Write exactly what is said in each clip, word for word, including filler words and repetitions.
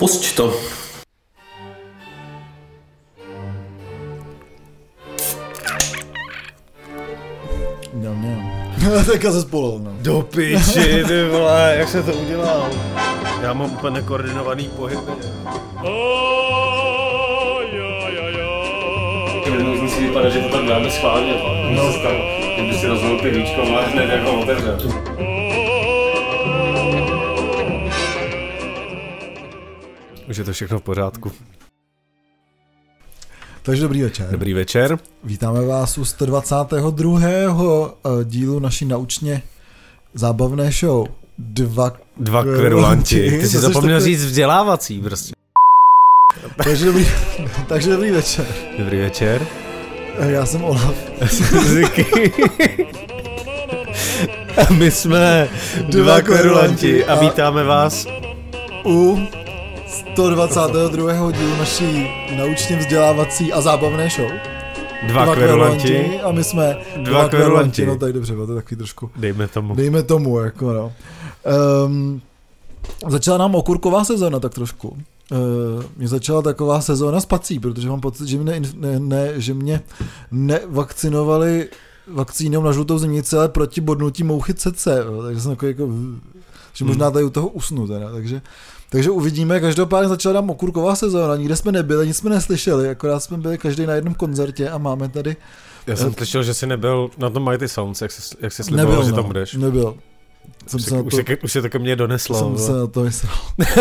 Pusť to. No, no. Teďka se spolil, no. Do piči, ty vole, jak se to udělal? Já mám úplně nekoordinovaný pohyby. Už musí vypadat, že to tam dáme schválně. No, kdyby si rozhodl pivíčko, ale hned jako otevřel. Už je to všechno v pořádku. Takže dobrý večer. Dobrý večer. Vítáme vás u sto dvacátého druhého dílu naší naučně zábavné show. Dva, Dva kverulanti. Ty jsi zapomněl takový... říct vzdělávací prostě. Takže dobrý, takže dobrý večer. Dobrý večer. Já jsem Olaf. A my jsme Dva kverulanti a vítáme vás u sto dvacátého druhého dílu naší naučně vzdělávací a zábavné show. Dva, Dva kverulanti. A my jsme Dva, dva kverulanti. No tak dobře, to je takový trošku. Dejme tomu. Dejme tomu, jako no. Um, začala nám okurková sezóna tak trošku. Uh, mě začala taková sezóna spací, protože mám pocit, že mě, ne, ne, že mě nevakcinovali vakcínou na žlutou zimnici, ale proti bodnutí mouchy C C. Jo. Takže jsem takový jako, že možná tady u toho usnu teda, takže Takže uvidíme, každopádně začala nám okurková sezóna, nikde jsme nebyli, nic jsme neslyšeli, akorát jsme byli každý na jednom koncertě a máme tady... Já jsem slyšel, že jsi nebyl na tom Mighty Sounds, jak jsi, jak jsi sliboval, nebyl, že no, tam budeš. Nebyl. Jsem už, se, to, už, se, už se to ke mně doneslo. Jsem ale... se na to vysral.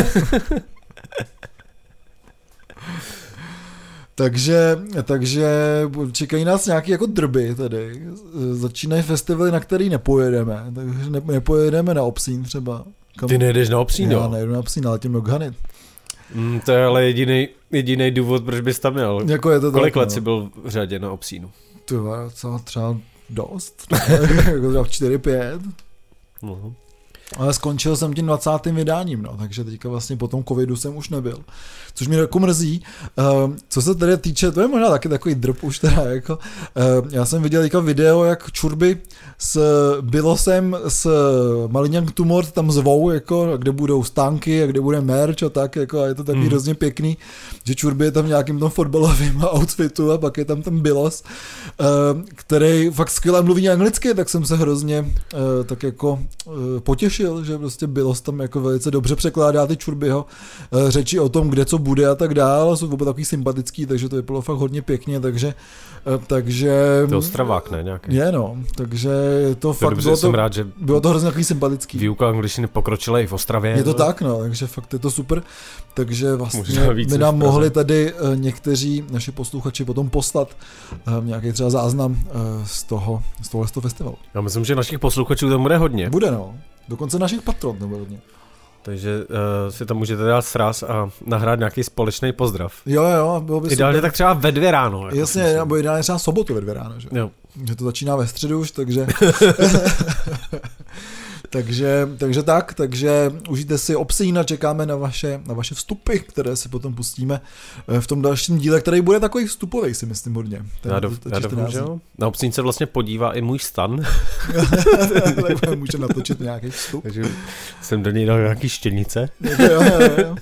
takže, takže čekají nás nějaký jako drby tady. Začínají festivaly, na který nepojedeme, takže ne, nepojedeme na Obsín třeba. Kam... Ty nejdeš na Obsín, Já nejdu na Obsín, ale tím do Ghanit. Mm, to je ale jediný, jediný důvod, proč bys tam měl. Jako je to Kolik tak, let no. jsi byl v řadě na Obsínu? Ty třeba, třeba dost, jako čtyři pět. Uh-huh. Ale skončil jsem tím dvacátým vydáním, no, takže teďka vlastně po tom covidu jsem už nebyl. Což mě jako mrzí. Uh, co se tady týče, to je možná taky takový drb už teda, jako, uh, já jsem viděl teďka video, jak čurby s Bilosem, s Malignan Tumor tam zvou, jako, kde budou stánky a kde bude merch a tak, jako, a je to taky mm. hrozně pěkný, že čurby je tam v nějakým tom fotbalovým outfitu a pak je tam ten Bilos, uh, který fakt skvěle mluví anglicky, tak jsem se hrozně uh, tak jako uh, potěšil, že prostě Bilos tam jako velice dobře překládá ty čurbyho řeči o tom, kde co bude a tak dál, jsou vůbec takový sympatický, takže to vypadalo fakt hodně pěkně, takže takže... To je Ostravák, ne, nějaký? Je, no, takže to, to fakt dobře, bylo to, rád, že bylo to hrozně takový sympatický. Výuka angličtiny pokročila i v Ostravě. Je to tak, no, takže fakt je to super, takže vlastně víc my nám mohli tady někteří naši posluchači potom poslat nějaký třeba záznam z toho, z tohohle z toho festivalu. Já myslím, že našich posluchačů tam bude hodně. Bude, no. Dokonce našich patron nebo hodně. Takže uh, si tam můžete dát sraz a nahrát nějaký společný pozdrav. Jo, jo, bylo by ideálně super. Tak třeba ve dvě ráno. Jako jasně, nebo ideálně třeba sobotu ve dvě ráno, že? Jo. Že to začíná ve středu už, takže... takže, takže tak, takže užijte si Obsín a čekáme na vaše, na vaše vstupy, které si potom pustíme v tom dalším díle, který bude takový vstupový, si myslím hodně. Ten, já dof, já doufám, že jo. Na Obsín se vlastně podívá i můj stan. Tak může natočit nějaký vstup. Takže jsem do něj dal nějaký štěnice. jo, jo, jo.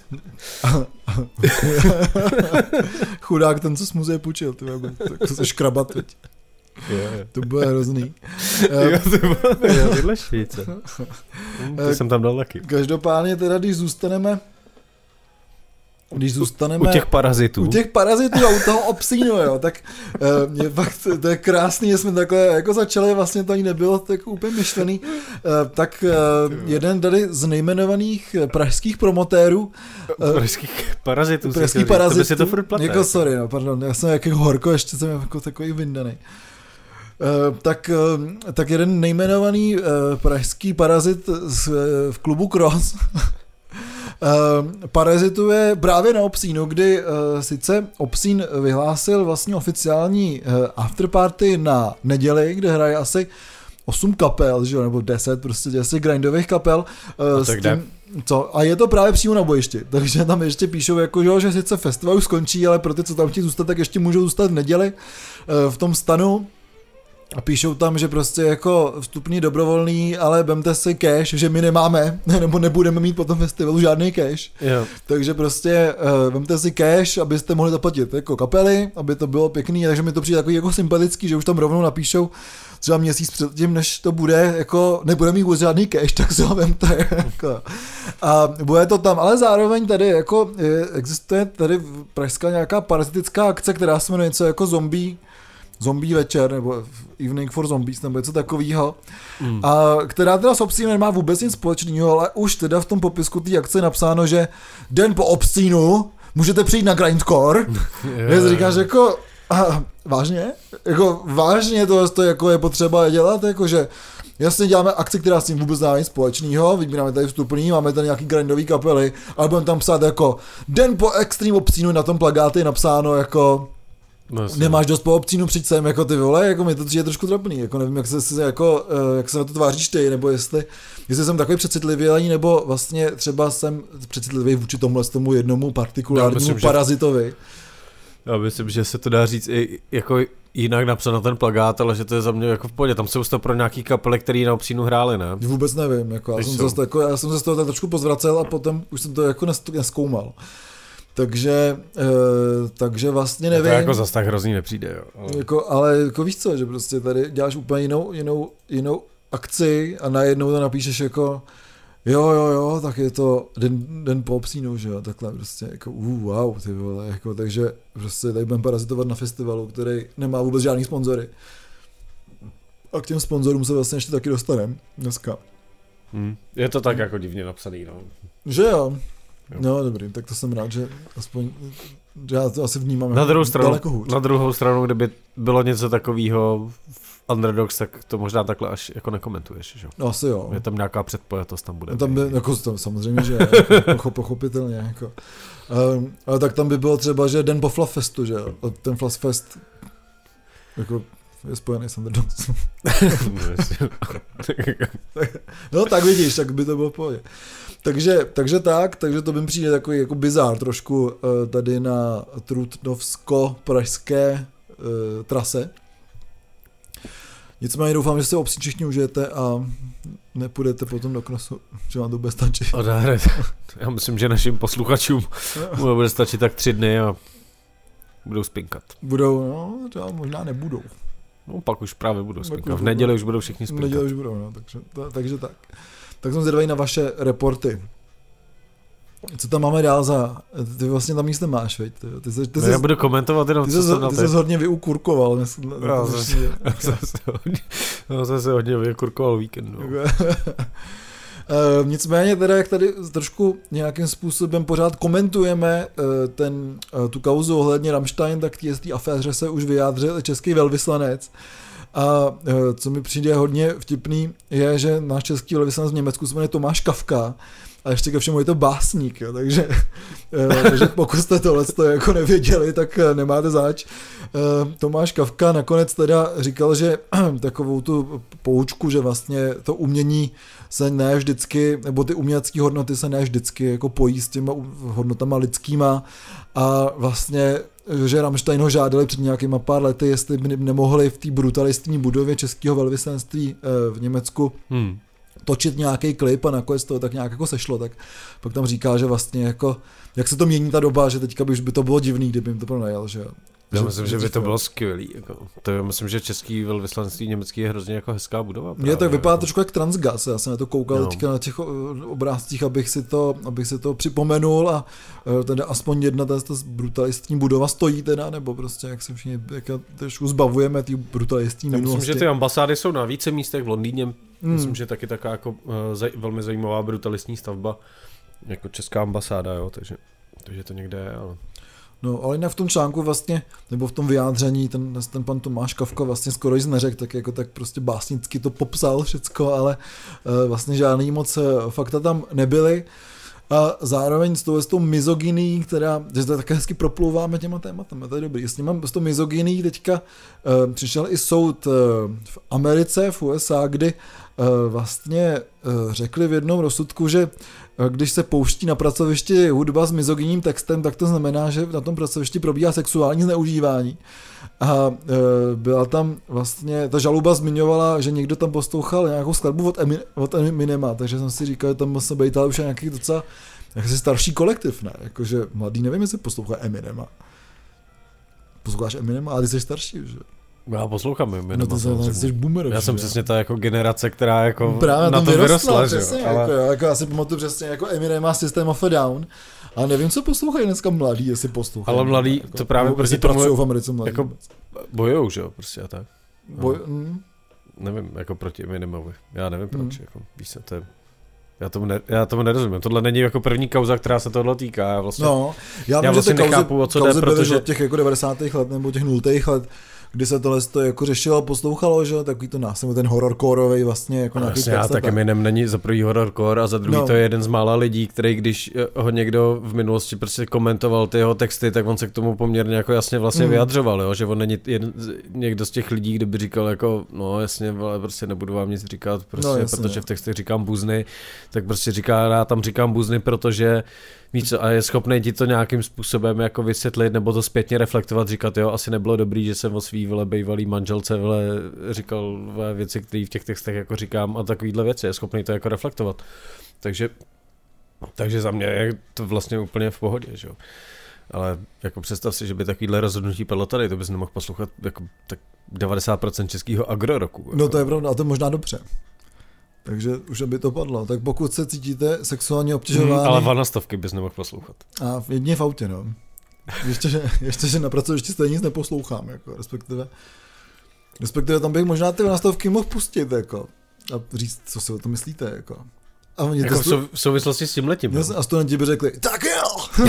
Chudák ten, co jsi mu půjčil, ty tak se škrabat teď. Je, je. To bylo hrozný. Jo, to bylo tyhle švíce. To jsem tam dal taky. Každopádně teda, když zůstaneme když zůstaneme u těch parazitů. U těch parazitů a u toho Obsínu, jo, tak uh, je fakt, to je krásný, že jsme takhle jako začali, vlastně to ani nebylo tak úplně myšlený, uh, tak uh, jeden tady z nejmenovaných pražských promotérů uh, pražských parazitů pražských parazitů, si to furt plate. Jako sorry, no, pardon, já jsem jako horko, ještě jsem jako takový vyndaný. Uh, tak, uh, tak jeden nejmenovaný uh, pražský parazit z, uh, v klubu Cross Uh, parazituje právě na Obsínu, kdy uh, sice Obsín vyhlásil vlastně oficiální uh, afterparty na neděli, kde hraje asi osm kapel, že jo, nebo deset, prostě asi grindových kapel. Uh, a, tak s tím, co, a je to právě přímo na bojišti, takže tam ještě píšou, jako, jo, že sice festival už skončí, ale pro ty, co tam chtějí zůstat, tak ještě můžou zůstat v neděli uh, v tom stanu. A píšou tam, že prostě jako vstupný dobrovolný, ale vemte si cash, že my nemáme, nebo nebudeme mít po tom festivalu žádný cash. Jo. Takže prostě uh, vemte si cash, abyste mohli zaplatit jako kapely, aby to bylo pěkný, takže mi to přijde takový jako sympatický, že už tam rovnou napíšou třeba měsíc předtím, než to bude, jako nebude mít vůbec žádný cash, tak si ho vemte. Jako. A bude to tam, ale zároveň tady jako je, existuje tady pražská nějaká parazitická akce, která se jmenuje něco jako zombie, zombie večer, nebo Evening for Zombies, nebo něco takového. Mm. A která teda s obscínem nemá vůbec nic společného, ale už teda v tom popisku té akce je napsáno, že den po obscínu můžete přijít na grindcore. Já říkám, že jako, a, vážně? Jako vážně to, to jako je potřeba dělat, jakože jasně děláme akci, která s tím vůbec nemá nic společného, vybíráme tady vstupný, máme tady nějaký grindový kapely, ale budeme tam psát jako den po extrém obscínu, na tom plagáty je napsáno jako No, nemáš dost po obcínu, přijď sem, jako ty vole, jako mi to je trošku trapný, jako nevím, jak se, jako, jak se na to tváříš ty, nebo jestli, jestli jsem takový přecitlivělý, nebo vlastně třeba jsem přecitlivý vůči tomuhle tomu jednomu partikulárnímu myslím, parazitovi. Že, já myslím, že se to dá říct i jako jinak napsat na ten plakát, ale že to je za mě jako v pohodě, tam jsou to pro nějaký kapely, který na obcínu hráli, ne? Vůbec nevím, jako, já, jsem se, jako, já jsem se z toho tak trošku pozvracel a potom už jsem to jako neskoumal. Takže, e, takže vlastně nevím. To jako zas tak hrozný nepřijde, jo. Ale... Jako, ale jako víš co, že prostě tady děláš úplně jinou, jinou, jinou akci a najednou to napíšeš jako jo, jo, jo, tak je to den, den po obsínu, že jo, takhle prostě jako uh, wow, ty vole, jako takže prostě tady budeme parazitovat na festivalu, který nemá vůbec žádný sponzory. A k těm sponzorům se vlastně ještě taky dostaneme dneska. Hmm. Je to tak hmm. jako divně napsaný, no. Že jo. Jo. No dobrý, tak to jsem rád, že aspoň, že já to asi vnímám na druhou stranu, daleko hůř. Na druhou stranu, kdyby bylo něco takového v Underdogs, tak to možná takhle až jako nekomentuješ, že? No asi jo. Je tam nějaká předpojatost, tam bude. No, tam by, jako to, samozřejmě, že jako, pochopitelně, jako. Um, ale tak tam by bylo třeba, že den po Fluff Festu, že jo, ten Fluff Fest, jako je spojený s Underdogs. No tak vidíš, tak by to bylo v pohodě. Takže, takže tak, takže to by mi přijde takový jako bizár trošku uh, tady na trutnovsko-pražské uh, trase. Nicméně doufám, že se obcí všichni užijete a nepůjdete potom do Knosu, že vám to bude stačit. Já myslím, že našim posluchačům bude stačit tak tři dny a budou spinkat. Budou, no, třeba možná nebudou. No pak už právě budou spinkat. V neděli už budou všichni spinkat. V neděli už budou, no, takže, ta, takže tak. Tak jsem zvědavý na vaše reporty. Co tam máme dál za... Ty vlastně tam nic nemáš, veď? Ty, ty se, ty no, já budu komentovat jenom, ty co se, jsem na ty Ty jsi hodně vyukurkoval. Já jsem se hodně vyukurkoval víkendu. Uh, nicméně teda, jak tady trošku nějakým způsobem pořád komentujeme uh, ten, uh, tu kauzu ohledně Rammstein, tak v té aféře se už vyjádřil český velvyslanec. A uh, co mi přijde hodně vtipný, je, že náš český velvyslanec v Německu se jmenuje Tomáš Kafka a ještě ke všemu je to básník, jo, takže, uh, takže pokud jste tohleto jako nevěděli, tak uh, nemáte zač. Uh, Tomáš Kafka nakonec teda říkal, že takovou tu poučku, že vlastně to umění se ne vždycky, nebo ty umělecké hodnoty se ne vždycky jako pojí s těma hodnotama lidskýma a vlastně, že Rammstein ho žádali před nějakýma pár lety, jestli by nemohli v té brutalistní budově českého velvyslanectví v Německu hmm. točit nějaký klip a nakonec to tak nějak jako sešlo, tak pak tam říká, že vlastně jako, jak se to mění ta doba, že teďka by už by to bylo divný, kdyby jim to pronajal, že jo. Já myslím, že by to bylo skvělý. Jako. To je, myslím, že český velvyslanectví německý je hrozně jako hezká budova. Mně tak vypadá jako trošku jak Transgas, já jsem na to koukal no. teďka na těch obrázcích, abych si to, abych si to připomenul a teda aspoň jedna ta brutalistní budova stojí teda, nebo prostě jak se všichni jako trošku zbavujeme ty brutalistní minulosti. Myslím, že ty ambasády jsou na více místech v Londýně. Hmm. Myslím, že taky taková jako zaj, velmi zajímavá brutalistní stavba, jako česká ambasáda, jo, takže, takže to někde je, ale... No, ale jinak v tom článku vlastně, nebo v tom vyjádření, ten, ten pan Tomáš Kafka vlastně skoro nic neřekl, tak jako tak prostě básnicky to popsal všecko, ale uh, vlastně žádný moc uh, fakta tam nebyly. A zároveň s tou, s tou mizogynií, která, že to také hezky proplouváme těma tématama, to je dobrý. S, něma, s tou mizogynií teďka uh, přišel i soud uh, v Americe, v U S A, kdy vlastně řekli v jednom rozsudku, že když se pouští na pracovišti hudba s mizogyním textem, tak to znamená, že na tom pracovišti probíhá sexuální zneužívání. A byla tam vlastně, ta žaloba zmiňovala, že někdo tam poslouchal nějakou skladbu od, Emin, od Eminema, takže jsem si říkal, že tam musel být ale už nějaký docela jaksi starší kolektiv, ne? Jakože mladý, nevím, jestli poslouchá Eminema. Posloucháš Eminema, ale ty jsi starší, že? Já poslouchám Eminema. No to znamená, jsi boomer. Já jsem přesně ta jako generace, která jako právě na to vyrostla, že jo. Ale... Jako, jako, já si pamatuju přesně jako Eminema System of a Down. A nevím, co poslouchají dneska mladí, jestli poslouchají. Ale mladí, jako, to právě prostě tomu pracují v Americe mladí. Jako bojujou, že jo, prostě a tak. No. Boj, mm. Nevím, jako proti Eminemovi. Já nevím proč, mm. jako, víš co, to je... Já tomu, ne, já tomu nerozumím. Tohle není jako první kauza, která se tohle týká. Já vlastně, no, já, já vím, vlastně že ty nechápu, kauzy, o co kauzy jde, protože... od těch jako devadesátých let nebo těch nultých let, kdy se tohle to jako řešilo, poslouchalo, že takový to násilný, ten horrorcoreový vlastně jako nějaký text. Já tak Eminem není za první horrorcore a za druhý no. To je jeden z mála lidí, který když ho někdo v minulosti prostě komentoval ty jeho texty, tak on se k tomu poměrně jako jasně vlastně mm. vyjadřoval, jo? Že on není jeden, někdo z těch lidí, kdo by říkal jako no jasně, ale prostě nebudu vám nic říkat, prostě, no, jasně, protože v textech říkám buzny, tak prostě říká, já tam říkám buzny, protože víš co, a je schopný ti to nějakým způsobem jako vysvětlit nebo to zpětně reflektovat, říkat jo, asi nebylo dobrý, že jsem o svý vole bejvalý manželce vole říkal vole, věci, které v těch textech jako říkám a takovýhle věci, je schopný to jako reflektovat. Takže, takže za mě je to vlastně úplně v pohodě, že jo. Ale jako představ si, že by takovýhle rozhodnutí padlo tady, to bys nemohl poslouchat jako tak devadesát procent českého agroroku. Jako. No to je pravda, a to je možná dobře. Takže už aby to padlo. Tak pokud se cítíte sexuálně obtěžováni... Hmm, ale vanastovky bys nemohl poslouchat. A jedině v autě, no. Ještě, že, ještě, že na pracovišti stejně nic neposlouchám, jako, respektive... Respektive tam bych možná ty vanastovky mohl pustit, jako. A říct, co si o tom myslíte, jako. A oni jako stu... v souvislosti s tímhletím. No? A studenti by řekli, tak jo!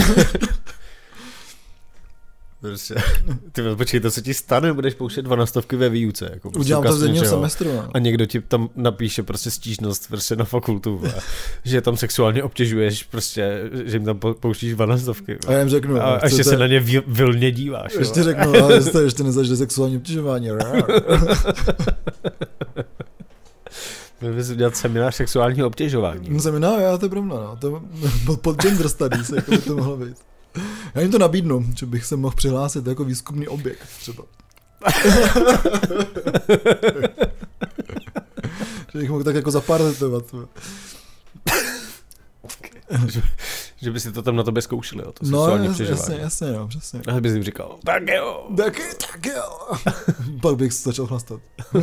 Prostě, ty počkej, to se ti stane, budeš pouštět dvanastovky ve výuce. Jako prostě udělám to v denním semestru. No. A někdo ti tam napíše prostě stížnost prostě na fakultu, že tam sexuálně obtěžuješ, prostě, že jim tam pouštíš dvanastovky. A já jim řeknu. A ještě se na ně vilně díváš. Ještě jo. řeknu, ale jste ještě nezažili sexuální obtěžování. Měl bys udělat seminář sexuálního obtěžování. Seminář, já to je pravda, no. To, pod gender studies, jako by to mohlo být. Já jim to nabídnu, že bych se mohl přihlásit jako výzkumný objekt třeba. Že bych mohl tak jako zaparazitovat. že, že by si to tam na tobě zkoušeli, jo, to no, sexuální jasně, přežívání. Jasně, jasně, no, přesně. A bys jim říkal, tak jo. Tak, tak jo. Pak bych se začal chlastat.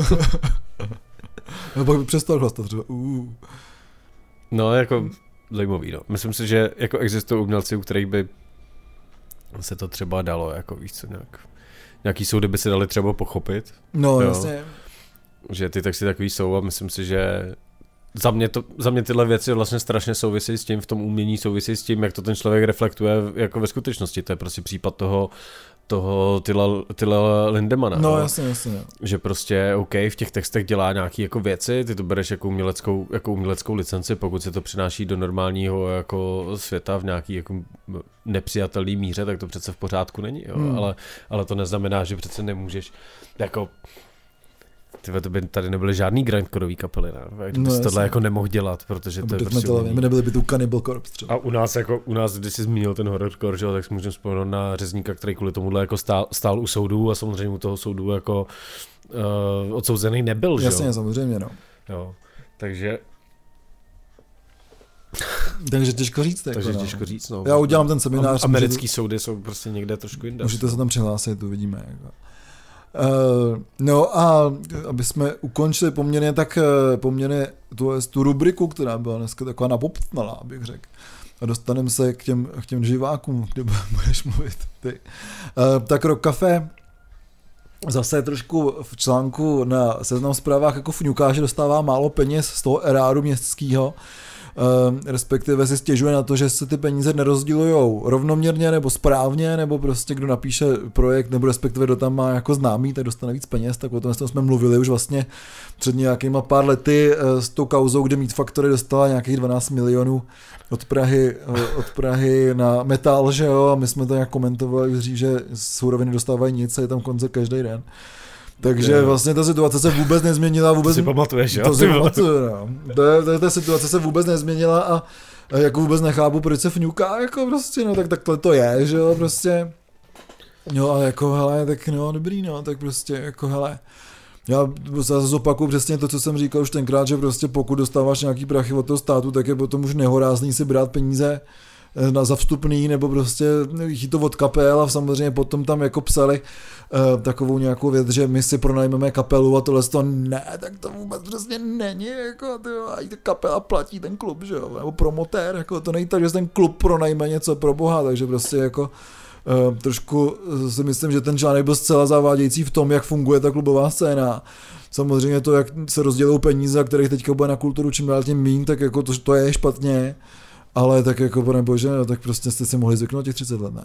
A pak bych přestal chlastat třeba. Uh. No, jako zajímavý, no. Myslím si, že jako existují umělci, u kterých by se to třeba dalo, jako víš co, nějak, nějaký soudy by se dali třeba pochopit. No, jo, jasně. Že ty texty takový jsou a myslím si, že za mě, to, za mě tyhle věci vlastně strašně souvisí s tím, v tom umění souvisí s tím, jak to ten člověk reflektuje jako ve skutečnosti. To je prostě případ toho, toho Tyla, Tyla Lindemana. No, jasně, jasně. Že prostě OK, v těch textech dělá nějaké jako věci, ty to bereš jako uměleckou, jako uměleckou licenci, pokud se to přináší do normálního jako světa v nějaký jako nepřijatelný míře, tak to přece v pořádku není, jo? Hmm. Ale, ale to neznamená, že přece nemůžeš jako tyhle, to by tady nebyly žádný grindcoreový kapely, ne? Kdyby no, tohle jako nemohl dělat, protože to je prostě... My nebyli by tu Cannibal Corpse třeba. A u nás, jako, u nás, když jsi zmínil ten horrorcore, že, tak si můžeme vzpomenout na Řezníka, který kvůli tomuhle jako stál, stál u soudu a samozřejmě u toho soudu jako uh, odsouzený nebyl, že jo? Jasně, samozřejmě, no. Jo, takže... Takže těžko říct. Takže jako, těžko no. říct, no. Já udělám ten seminář. Americký můžete... soudy jsou prostě někde trošku jinde. Můžete se tam přihlásit, to vidíme, jako. Uh, no a aby jsme ukončili poměrně tak poměrně tu, tu rubriku, která byla dneska taková napoptnalá, abych řekl. A dostaneme se k těm, k těm živákům, kde budeš mluvit ty. Uh, tak Rock Café zase trošku v článku na Seznam Zprávách jako fňuká, že dostává málo peněz z toho eráru městského. Uh, respektive si stěžuje na to, že se ty peníze nerozdělujou rovnoměrně nebo správně, nebo prostě kdo napíše projekt, nebo respektive kdo tam má jako známý, tak dostane víc peněz, tak o tom jsme mluvili už vlastně před nějakýma pár lety uh, s tou kauzou, kde Meat Factory dostala nějakých dvanáct milionů od Prahy, uh, od Prahy na metal, že jo, a my jsme to nějak komentovali dřív, že suroviny dostávají nic a je tam koncert každý den. Takže je. vlastně ta situace se vůbec nezměnila. Vůbec, to si pamatuješ, jo? To si pamatuju, no. Ta, ta, ta situace se vůbec nezměnila a, a jako vůbec nechápu, proč se fňuká, jako prostě, no tak takhle to je, že jo, prostě. Jo, ale jako hele, tak no, dobrý, no, tak prostě jako hele. Já zase zopakuju přesně to, co jsem říkal už tenkrát, že prostě pokud dostáváš nějaký prachy od toho státu, tak je potom už nehorázný si brát peníze na za vstupný, nebo prostě jít to od kapel a samozřejmě potom tam jako psali uh, takovou nějakou věc, že my si pronajmeme kapelu a tohle to ne, tak to vůbec přesně není, jako tyjo, a ta kapela platí ten klub, že jo, nebo promotér, jako to není tak, že ten klub pronajme něco pro boha, takže prostě jako Uh, trošku si myslím, že ten článek byl zcela zavádějící v tom, jak funguje ta klubová scéna. Samozřejmě to, jak se rozdělují peníze, kterých teďka bude na kulturu čím dál tím míň, tak jako to, to je špatně, ale tak jako pane bože, no, tak prostě jste si mohli zvyknout těch třicet let, ne?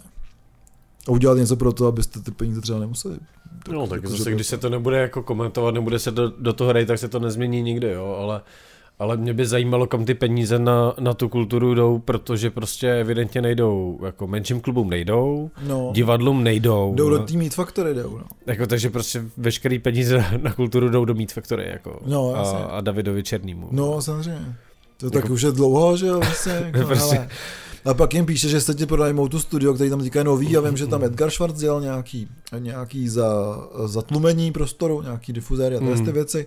A udělat něco pro to, abyste ty peníze třeba nemuseli. Tak, no tak zase, když se to nebude jako komentovat, nebude se do, do toho hrát, tak se to nezmění nikdy, jo, ale Ale mě by zajímalo, kam ty peníze na, na tu kulturu jdou, protože prostě evidentně nejdou, jako menším klubům nejdou, no. divadlům nejdou. Jdou no. do té Meat Factory, jdou, no. Jako, takže prostě veškerý peníze na, na kulturu jdou do Meat Factory, jako. No, a, a Davidovi Černýmu. No, samozřejmě. To jako... tak už je dlouho, že jo, vlastně, jako, prostě... hele. A pak jim píše, že se ti pronajmou tu studio, který tam teďka je nový, a vím, že tam Edgar Schwarz dělal nějaký, nějaký za, zatlumení prostoru, nějaký difuzéry a tyhle ty věci.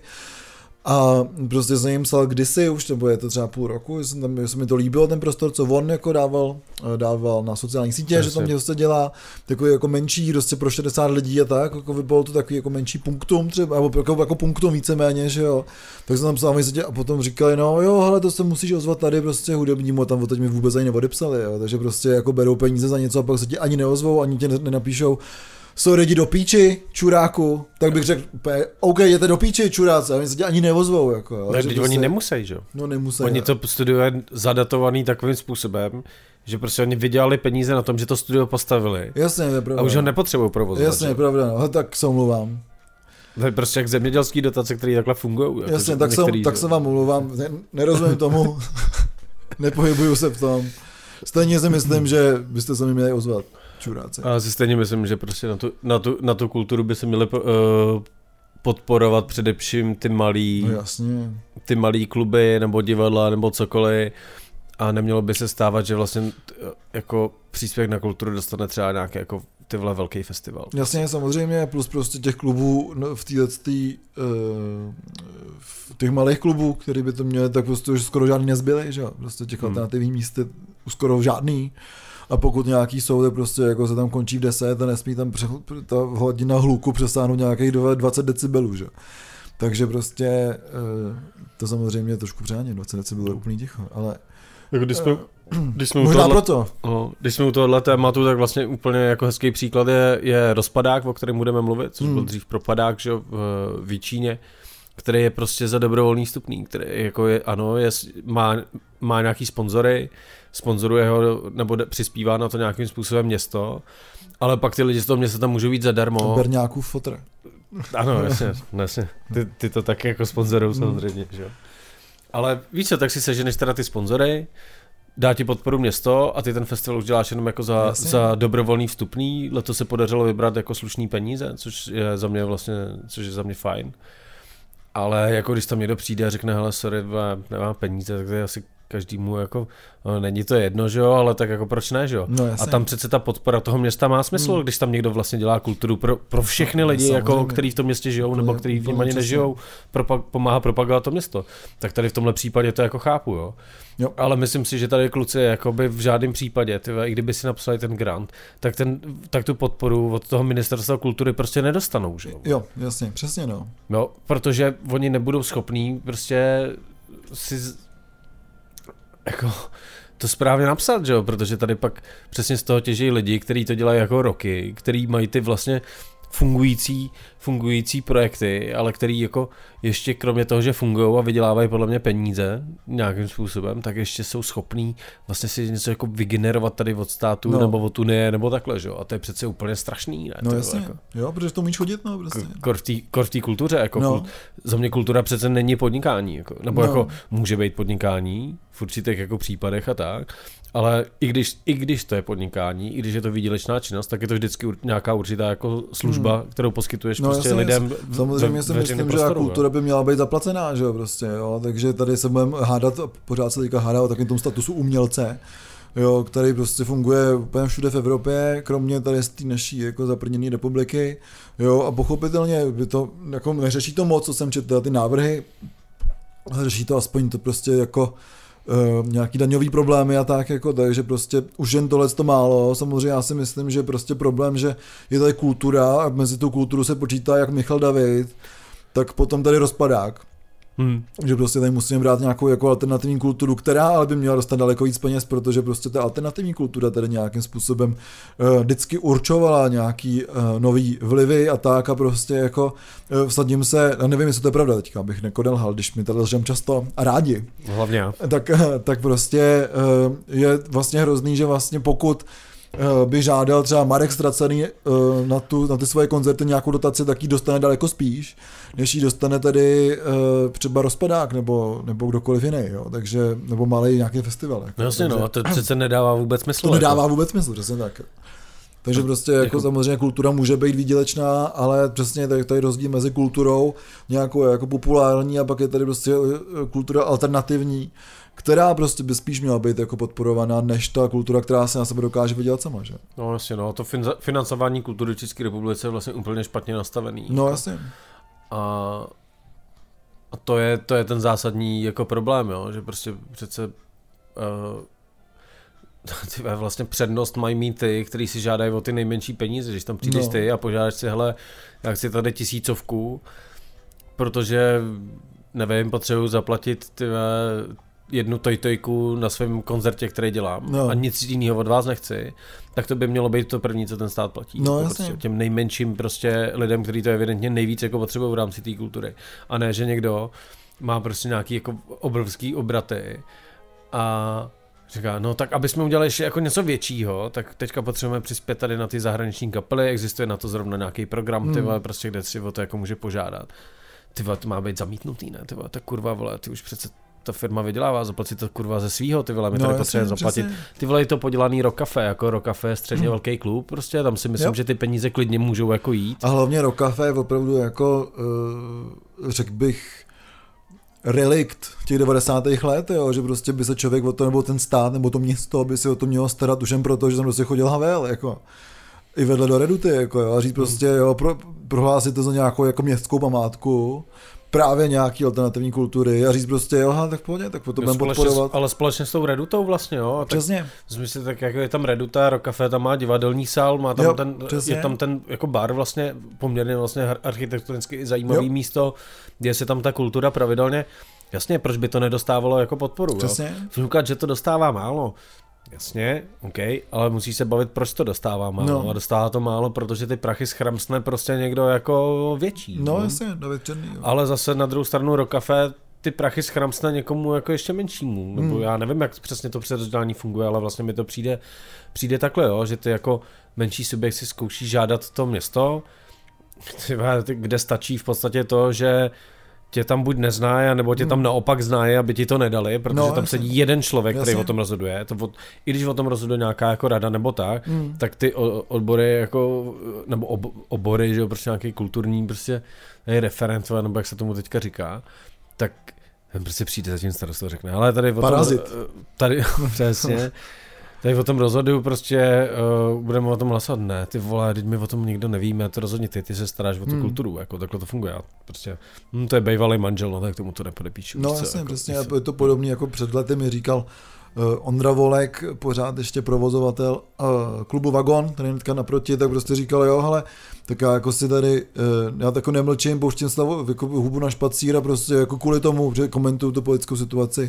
A prostě jsem jim psal kdysi už, nebo je to třeba půl roku, jsem tam, se mi to líbilo ten prostor, co on jako dával, dával na sociální sítě, Jasně. že tam něco se dělá, takový jako menší, prostě pro šedesát lidí a tak, jako vypadalo to takový jako menší punktum třeba, nebo jako, jako punktum víceméně, že jo. Tak jsem tam psal a potom říkali, no jo, hele, to se musíš ozvat tady prostě hudebnímu, a tam od teď mi vůbec ani neodepsali, jo. Takže prostě jako berou peníze za něco a pak se ti ani neozvou, ani tě nenapíšou, sorry, jdi do píči, čuráku, tak bych řekl, OK, jděte do píči, čuráce, a oni se tě ani neozvou, jako, jo. Ne, prostě, oni nemusí, že jo? No nemusí. Oni to studio je zadatovaný takovým způsobem, že prostě oni vydělali peníze na tom, že to studio postavili. Jasně, je pravda. A už ho nepotřebují provozovat. Jasně, je pravda, no, tak se omluvám. To je prostě jak zemědělský dotace, které takhle fungují. Jako Jasně, tak, některý, se, tak se vám omluvám, ne, nerozumím tomu, nepohybuju se v tom. Stejně si myslím, že byste se mi měli ozvat. Čuráce. A si stejně myslím, že prostě na tu, na tu, na tu kulturu by se měli uh, podporovat především ty malý, no jasně. ty malý kluby nebo divadla nebo cokoliv, a nemělo by se stávat, že vlastně jako příspěvek na kulturu dostane třeba nějaký jako tyhle velký festival. Jasně, samozřejmě, plus prostě těch klubů v této tý, uh, v těch malých klubů, který by to měli, tak prostě už skoro žádný nezbyly, že jo, prostě těch hmm. alternativních míst je skoro žádný. A pokud nějaký jsou, tak prostě jako se tam končí v deset a nesmí tam pře- ta hladina hluku přesáhnout nějakých dvacet decibelů, že? Takže prostě to samozřejmě je trošku přáně, dvacet decibelů je úplný ticho, ale... Jako když jsme, když jsme možná tohle, proto. No, když jsme u tohohle tématu, tak vlastně úplně jako hezký příklad je, je Rozpadák, o kterém budeme mluvit, což hmm. byl dřív Propadák, že v Výčíně, který je prostě za dobrovolný vstupný, který jako je, ano, je, má, má nějaký sponzory, sponzoruje ho, nebo přispívá na to nějakým způsobem město, ale pak ty lidi z toho města tam můžou jít zadarmo. Berňáků fotr. Ano, jasně, jasně. Ty, ty to taky jako sponzorují samozřejmě, že jo. Ale víš co, tak si seženeš teda ty sponzory, dá ti podporu město a ty ten festival už děláš jenom jako za, za dobrovolný vstupný. Letos se podařilo vybrat jako slušný peníze, což je za mě vlastně, což je za mě fajn. Ale jako když tam někdo přijde a řekne, hele, sorry, nemám peníze, tak to je asi každému jako, no, není to jedno, že jo, ale tak jako proč ne, že jo. No, a tam přece ta podpora toho města má smysl, hmm. když tam někdo vlastně dělá kulturu pro, pro všechny no, lidi, jako, kteří v tom městě žijou, nebo kteří v něm ani nežijou, propa- pomáhá propagovat to město. Tak tady v tomhle případě to jako chápu, jo. Jo. Ale myslím si, že tady kluci jakoby v žádném případě, tyhle, i kdyby si napsali ten grant, tak, ten, tak tu podporu od toho ministerstva kultury prostě nedostanou, že jo. Jo, jasně, přesně no. No, protože oni nebudou schopní prostě si jako to správně napsat, že jo, protože tady pak přesně z toho těží lidi, kteří to dělají jako roky, kteří mají ty vlastně fungující, fungující projekty, ale který jako ještě kromě toho, že fungují a vydělávají podle mě peníze nějakým způsobem, tak ještě jsou schopní vlastně si něco jako vygenerovat tady od státu no. nebo od Unie nebo takhle, že jo? A to je přece úplně strašný, ne? No to jasně, jako... jo, protože to umíš chodit, no prostě. Kor v té kultuře, jako no. kult, za mě kultura přece není podnikání, jako, nebo no. jako může být podnikání v určitých jako případech a tak, ale i když, i když to je podnikání, i když je to výdělečná činnost, tak je to vždycky nějaká určitá jako služba, hmm. kterou poskytuješ no, prostě jasně, lidem. Samozřejmě si myslím, že kultura by měla být zaplacená, že jo, prostě, jo, takže tady se budeme hádat, pořád se teďka hádá o takovém tom statusu umělce, jo, který prostě funguje úplně všude v Evropě, kromě tady z té naší jako zaprněné republiky, jo, a pochopitelně by to, jako neřeší to moc, co jsem četl, ty návrhy, řeší to aspoň to prostě jako Uh, nějaký daňový problémy a tak, jako, takže prostě už jen tohle to málo, samozřejmě já si myslím, že prostě problém, že je tady kultura a mezi tu kulturu se počítá jak Michal David, tak potom tady rozpadák. Hmm. Že prostě tady musíme brát nějakou jako alternativní kulturu, která ale by měla dostat daleko víc peněz, protože prostě ta alternativní kultura tady nějakým způsobem uh, vždycky určovala nějaký uh, nový vlivy a tak a prostě jako uh, vsadím se, nevím, jestli to je pravda teďka, abych nekodelhal, když mi tady lžem často a rádi. Hlavně. Tak, tak prostě uh, je vlastně hrozný, že vlastně pokud by žádal třeba Marek Ztracený na, tu, na ty svoje koncerty nějakou dotaci, tak ji dostane daleko spíš, než ji dostane tady třeba Rozpadák nebo, nebo kdokoliv jiný, jo, takže, nebo malý nějaký festival. Jako, no jasně, takže, no, a to přece nedává vůbec smysl. To nedává jako. vůbec smysl, přesně tak. Takže prostě jako, jako samozřejmě kultura může být výdělečná, ale přesně tady, tady rozdíl mezi kulturou nějakou jako populární a pak je tady prostě kultura alternativní, která prostě by spíš měla být jako podporovaná, než ta kultura, která se na sebe dokáže vydělat sama, že? No jasně, no, to financování kultury v České republice je vlastně úplně špatně nastavený. No jasně. A, a to, je, to je ten zásadní jako problém, jo, že prostě přece uh, vlastně přednost mají mít ty, kteří si žádají o ty nejmenší peníze, když tam přijdeš no. ty a požádáš si, hele, já chci tady tisícovku, protože nevím, potřebuji zaplatit ty jednu tojtojku na svém koncertě, který dělám no. a nic jiného od vás nechci, tak to by mělo být to první, co ten stát platí. No, prostě těm nejmenším prostě lidem, kteří to evidentně nejvíc jako potřebují v rámci té kultury. A ne, že někdo má prostě nějaký jako obrovský obraty a říká, no tak aby jsme udělali ještě jako něco většího, tak teďka potřebujeme přispět tady na ty zahraniční kapely, existuje na to zrovna nějaký program, hmm. ty vole, prostě kde si o to jako může požádat. Ty vole, to má být zamítnutý, ne? Ty vole, tak kurva, vole, ty už přece ta firma vydělává, zaplatit to kurva ze svýho, ty vole, my tady no, potřebujeme zaplatit. Přesně. Ty vole, je to podělaný Rock Café, jako Rock Café je středně mm. velký klub, prostě tam si myslím, jo. že ty peníze klidně můžou jako jít. A hlavně Rock Café je opravdu jako, uh, řekl bych, relikt těch devadesátých let, jo, že prostě by se člověk o to, nebo ten stát, nebo to město by si o to mělo starat už jen proto, že tam prostě chodil Havel, jako. I vedle do Reduty, jako jo, a říct prostě, jo, pro, prohlásit to za nějakou jako městskou památku, právě nějaký alternativní kultury a říct prostě, jo, tak v pohodě, tak potom budeme podporovat. Ale společně s tou Redutou vlastně, jo. Přesně. Myslím, tak jako je tam Reduta, Rock Café, tam má divadelní sál, má tam jo, ten, přesně. je tam ten jako bar vlastně, poměrně vlastně architektonicky zajímavý jo. místo, kde se tam ta kultura pravidelně, jasně, proč by to nedostávalo jako podporu, přesně. jo. Říkat, že to dostává málo. Jasně, OK, ale musí se bavit, proč to dostává málo. No. A dostává to málo, protože ty prachy schramsne prostě někdo jako větší. No, no. jasně, David Černý. Jo. Ale zase na druhou stranu Rock Café ty prachy schramsne někomu jako ještě menšímu. Nebo hmm. já nevím, jak přesně to přerozdělení funguje, ale vlastně mi to přijde, přijde takhle, jo, že ty jako menší subjekt si zkouší žádat to město, kde stačí v podstatě to, že tě tam buď nezná, nebo tě tam naopak znají, aby ti to nedali, protože no, tam jasně. sedí jeden člověk, jasně. který o tom rozhoduje. To od, I když o tom rozhoduje nějaká jako rada nebo tak, mm. tak ty odbory jako, nebo ob, obory, že jo, prostě nějaký kulturní prostě referent, nebo jak se tomu teďka říká, tak ten prostě přijde za tím starosta řekne, ale tady o Parazit. tom, tady přesně, tady o tom rozhoduju, prostě uh, budeme o tom hlasovat, ne, ty vole, teď my o tom nikdo nevíme, to rozhodně ty, ty se staráš o tu hmm. kulturu, jako takhle to funguje, prostě, hm, to je bývalý manžel, no tak tomu to nepodepíšu. No jasně, jako, přesně, je to podobný, jako před lety mi říkal uh, Ondra Volek, pořád ještě provozovatel uh, klubu Vagon, tady hnedka naproti, tak prostě říkal, jo, hele, tak já jako si tady, uh, já tako nemlčím, pouštím slavu, jako hubu na špacír a prostě jako kvůli tomu, že komentuju tu politickou situaci,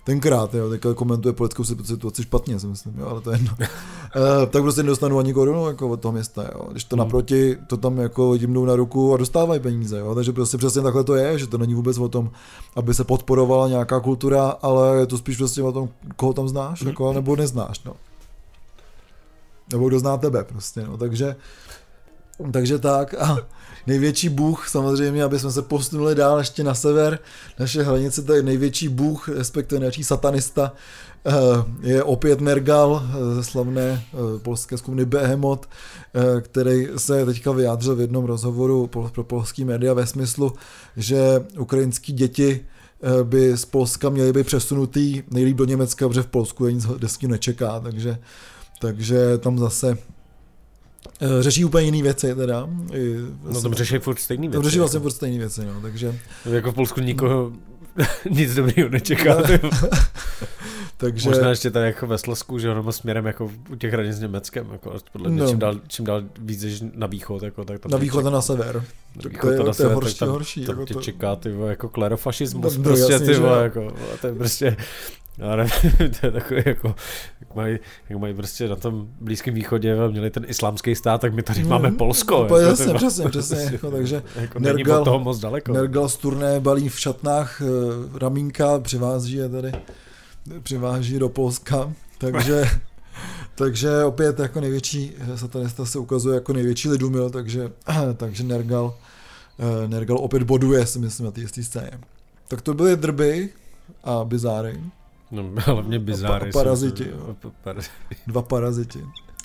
tenkrát, jo, teďka komentuje politickou situaci špatně, si myslím, jo, ale to je jedno. uh, tak prostě nedostanu ani korunu jako od toho města, jo. Když to naproti, to tam jako jim jdou na ruku a dostávají peníze, jo. Takže prostě přesně takhle to je, že to není vůbec o tom, aby se podporovala nějaká kultura, ale je to spíš prostě o tom, koho tam znáš, mm. jako, nebo neznáš, no. Nebo kdo zná tebe prostě, no, takže takže tak a největší bůh samozřejmě, aby jsme se posunuli dál ještě na sever, naše hranice, to je největší bůh, respektive největší satanista, je opět Nergal ze slavné polské skupiny Behemoth, který se teďka vyjádřil v jednom rozhovoru pro polský média ve smyslu, že ukrajinský děti by z Polska měly být přesunutý nejlíp do Německa, protože v Polsku je nic hezkého nečeká, takže, takže tam zase řeší úplně jiný věci teda. No tam řeší furt stejný věci. Tam řeší vlastně furt stejný věci, no, takže... Jako v Polsku nikoho nic dobrýho nečeká. Takže... Možná ještě tady jako ve Slezsku, že ono směrem jako u těch hranic s Německem, jako podle mě no. čím, dál, čím dál víc jdeš na východ, jako, tak tam na východ a na sever. Na východ a na sever, to je horší, tam, horší, tam jako tě to... čeká ty jako klerofašismus, no, prostě jasný, ty jako, to je prostě... Já nevím, to je takový jako, jak mají, jak mají prostě na tom Blízkém východě měli ten islámský stát, tak my tady mm, máme Polsko. To je jasně, jako, přesně, přesně. Jako, takže jako Nergal, od toho moc daleko. Nergal z turné balí v šatnách ramínka, přivází je tady, přiváží do Polska, takže, takže opět jako největší satanista se ukazuje jako největší lidumil, takže, takže Nergal, Nergal opět boduje, si myslím, na té scéně. Tak to byly drby a bizáry. No, hlavně bizáry. A, pa, a paraziti. To, paraziti. Dva paraziti.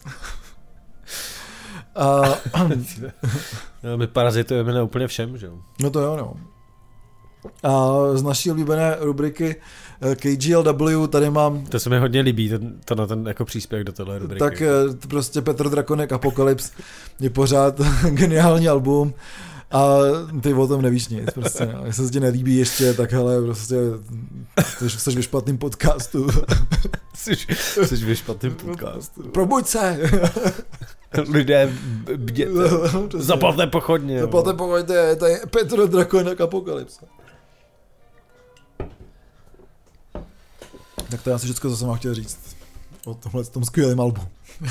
a, no, my parazitujeme na úplně všem, že jo? No to jo, no. A z naší oblíbené rubriky K G L W tady mám... To se mi hodně líbí, ten, to na ten jako příspěvek do téhle rubriky. Tak prostě Petr Drakonek Apocalypse je pořád geniální album. A ty o tom nevíš nic, prostě, no. Jestli se ti nelíbí ještě, tak hele, prostě, jsi ve špatným podcastu. Jsi, jsi ve špatným podcastu. Probuď se! Lidé, bděte. Zaplaťte pochodně. Zaplaťte pochodně, to je Petr Drakonek Apocalypse. Tak to je asi všechno, co jsem vám chtěl říct o tomhle tom skvělém albu.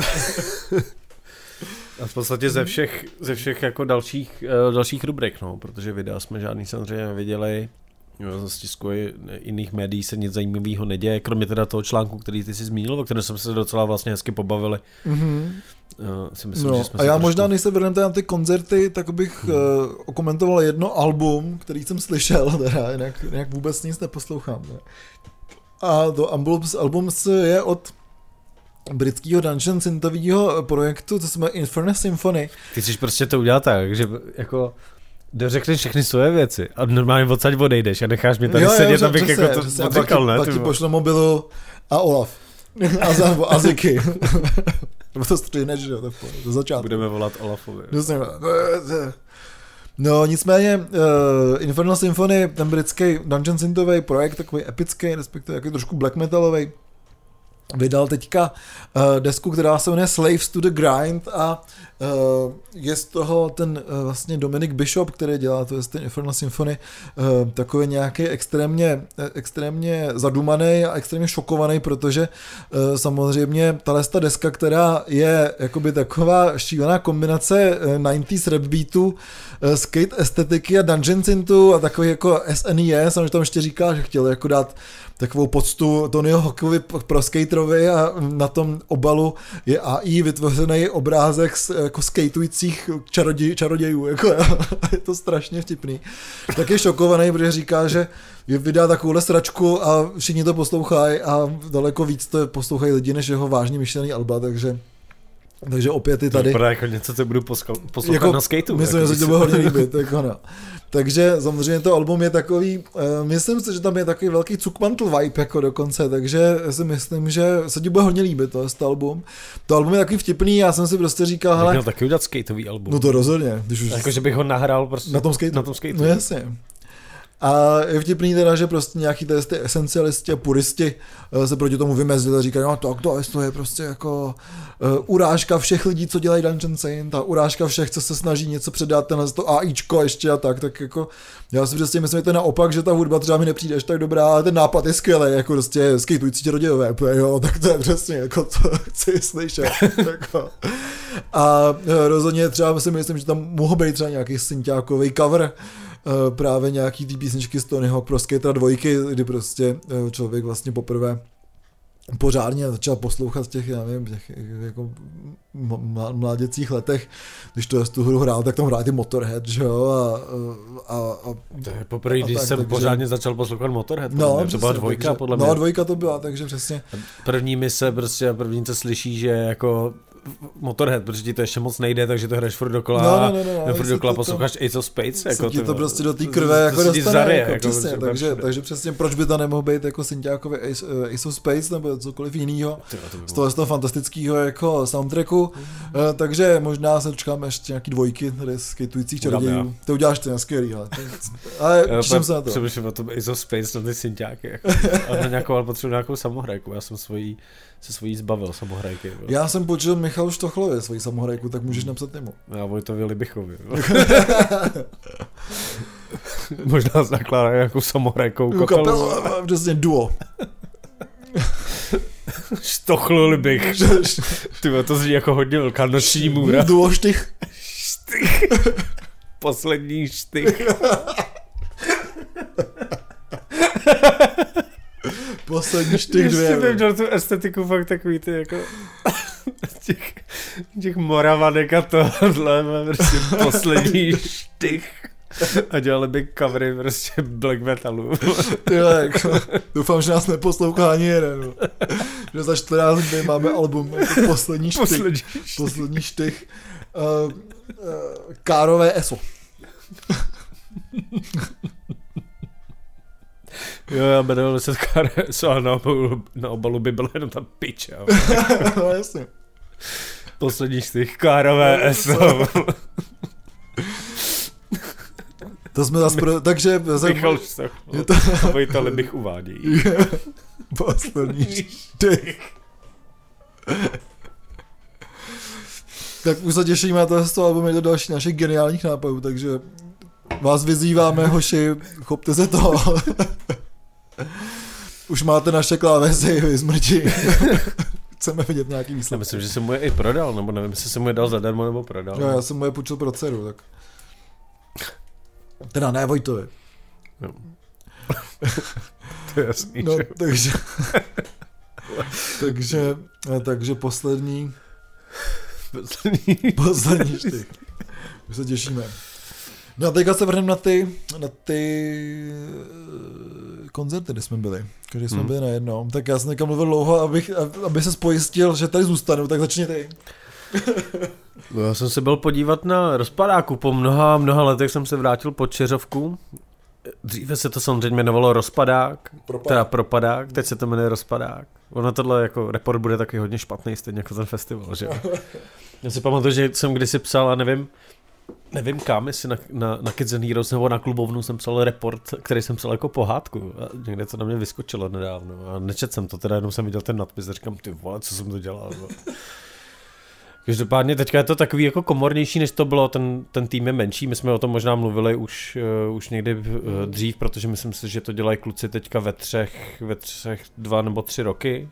A v podstatě ze všech, ze všech jako dalších, uh, dalších rubrik, no, protože videa jsme žádný samozřejmě neviděli, z tisku jiných médií se nic zajímavého neděje, kromě teda toho článku, který ty jsi zmínil, o kterém jsme se docela vlastně hezky pobavili. Mm-hmm. Uh, si myslím, no, že jsme a já trošku... možná, než se vrhneme na ty koncerty, tak bych hmm. uh, okomentoval jedno album, který jsem slyšel, teda, jinak, jinak vůbec nic neposlouchám. Ne? A to album je od britského dungeon synthového projektu, to se jmenuje Infernal Symphony. Ty chceš prostě to udělat tak, že jako dořekneš všechny svoje věci a normálně odsaď odejdeš a necháš mě tady jo, sedět, abych přesně, jako to přesně, odřekal, ne? Pak ti pošle mobilu a Olaf. A za a Ziky. Nebo to střihneš, že jo, to v do začátku. Budeme volat Olafovi. No nicméně uh, Infernal Symphony, ten britský dungeon synthový projekt, takový epický, respektive takový trošku black metalový, vydal teďka uh, desku, která se jmenuje Slaves to the Grind a uh, je z toho ten uh, vlastně Dominic Bishop, který dělá to je ten Infernal Symphony, uh, takový nějaký extrémně, extrémně zadumaný a extrémně šokovaný, protože uh, samozřejmě tato deska, která je jakoby taková šílená kombinace uh, devadesátých rap beatů, uh, skate estetiky a dungeon syntu a takový jako S N E S, samozřejmě tam ještě říká, že chtěl jako dát takovou poctu Tonyho Hawkovi pro skaterovi a na tom obalu je A I vytvořený obrázek z jako skateujících čaroděj, čarodějů. Jako, je to strašně vtipný. Tak je šokovaný, protože říká, že vydá takovouhle sračku a všichni to poslouchají a daleko víc to poslouchají lidi, než jeho vážně myšlený alba, takže takže opět i tady. To je jako něco, co budu poslouchat jako, na skateu. Myslím, jako, že se to bude hodně líbit. Jako no. Takže samozřejmě to album je takový, uh, myslím si, že tam je takový velký cukmantl vibe jako dokonce, takže si myslím, že se ti bude hodně líbit to, to album. To album je takový vtipný, já jsem si prostě říkal, hele. Měl taky udělat skateový album. No to rozhodně. Když už jako, že bych ho nahrál prostě na tom skateu. Na tom skateu. No jasně. A je vtipný teda, že prostě nějaký ty esencialisti a puristi se proti tomu vymezili a říkají, no tak to, to je prostě jako uh, urážka všech lidí, co dělají Dungeon Saint, ta urážka všech, co se snaží něco předat, tenhle to AIčko ještě a tak, tak jako já si přesně myslím, že to je naopak, že ta hudba třeba mi nepřijde až tak dobrá, ale ten nápad je skvělý, jako prostě skejtující čarodějové, jo, tak to je přesně jako to chci slyšet. Jako. A rozhodně třeba si myslím, že tam mohl být třeba nějaký synťákový cover, právě nějaký ty písničky z Tony Hawk Pro Skater dvojky, kdy prostě člověk vlastně poprvé pořádně začal poslouchat z těch, já nevím, těch jako mláděcích letech, když to tu hru hrál, tak tam hrál ty Motorhead, že jo, a, a, a to je poprvé, když tak, jsem takže... pořádně začal poslouchat Motorhead, no, to byla dvojka, takže, podle mě. No, dvojka to byla, takže přesně. První mise prostě a první to slyší, že jako Motorhead, protože ti to ještě moc nejde, takže to hraješ furt dokola, no, no, no, no, furt dokola to, posloucháš Ace of Spades. Jako ti to to prostě do té krve jako to dostane, zary, jako, jako přesně, takže, takže přesně proč by to nemohl být jako synťákový Ace, Ace of Spades nebo cokoliv jinýho z toho, z toho fantastického jako soundtracku, mm. uh, takže možná se dočkáme ještě nějaký dvojky tady skejtujících čarodějů. To uděláš ty na skvělý, ale, ale těším se na to. Přemýšlím o tom Ace of Spades na ty synťáky, jako, ale na nějakou, ale potřebuji nějakou samohrajku, já jsem svojí se svojí zbavil samohrajky. Byl. Já jsem počul Michalu Štochlovi svoji samohrajku, tak můžeš napsat jemu. Já Vojtovi Libichovi. Možná zakládá nějakou samohrajkou kapelu. Přesně duo. Štochlo Libich. Tyhle, to zní jako hodně velká noční můra. Duo štych. Štych. Poslední štych. Poslední štych dvě. Ještě bych měl tu estetiku fakt takový ty jako těch, těch moravanek a tohle, prostě poslední štych. A dělali by covery prostě black metalu. Jo, jako, doufám, že nás neposlouchá ani jeden. Že za čtrnáct dny máme album jako poslední štych. Poslední, poslední štych. Uh, uh, Kárové eso. Jo, já jmenuji se Kárové eso a na obalu, na obalu by byla jenom ta piče. No jasně. Poslední štych Kárové eso. To jsme zase pro... Takže... Michal Štochlo. To... A Vojtali bych uvádějí. Poslední štych. Tak už se těšíme na to album do dalších našich geniálních nápadů, takže vás vyzýváme, hoši, chopte se toho. Už máte naše klávesy, vy zmrti. Chceme vidět nějaký výsledek. Já myslím, že jsem mu je i prodal, nebo nevím, jestli jsem mu je dal zadarmo nebo prodal. Jo, já jsem mu je půjčil pro dceru, tak... Teda ne Vojtovi. No. To je jasný, no, že? takže, takže, takže poslední poslední poslední štych. Už se těšíme. No a teďka se vrhneme na ty na ty koncerty, kde jsme byli. Když jsme hmm. byli na jednom. Tak já jsem někam mluvil dlouho, abych, aby se spojistil, že tady zůstanu, tak začni ty. No, já jsem se byl podívat na Rozpadáku. Po mnoha, mnoha letech jsem se vrátil pod Čeřovku. Dříve se to samozřejmě jmenovalo Rozpadák, Propadák. teda Propadák, teď se to jmenuje Rozpadák. Ono tohle jako report bude taky hodně špatný, stejně jako ten festival, že jo. Já si pamatuju, že jsem kdysi psal a nevím, nevím kam, jestli na, na, na Kids and Heroes nebo na klubovnu jsem psal report, který jsem psal jako pohádku. A někde to na mě vyskočilo nedávno a nečetl jsem to, teda jenom jsem viděl ten nadpis a říkám, ty vole, co jsem to dělal. No. Každopádně teďka je to takový jako komornější, než to bylo, ten, ten tým je menší, my jsme o tom možná mluvili už, uh, už někdy uh, dřív, protože myslím si, že to dělají kluci teďka ve třech, ve třech dva nebo tři roky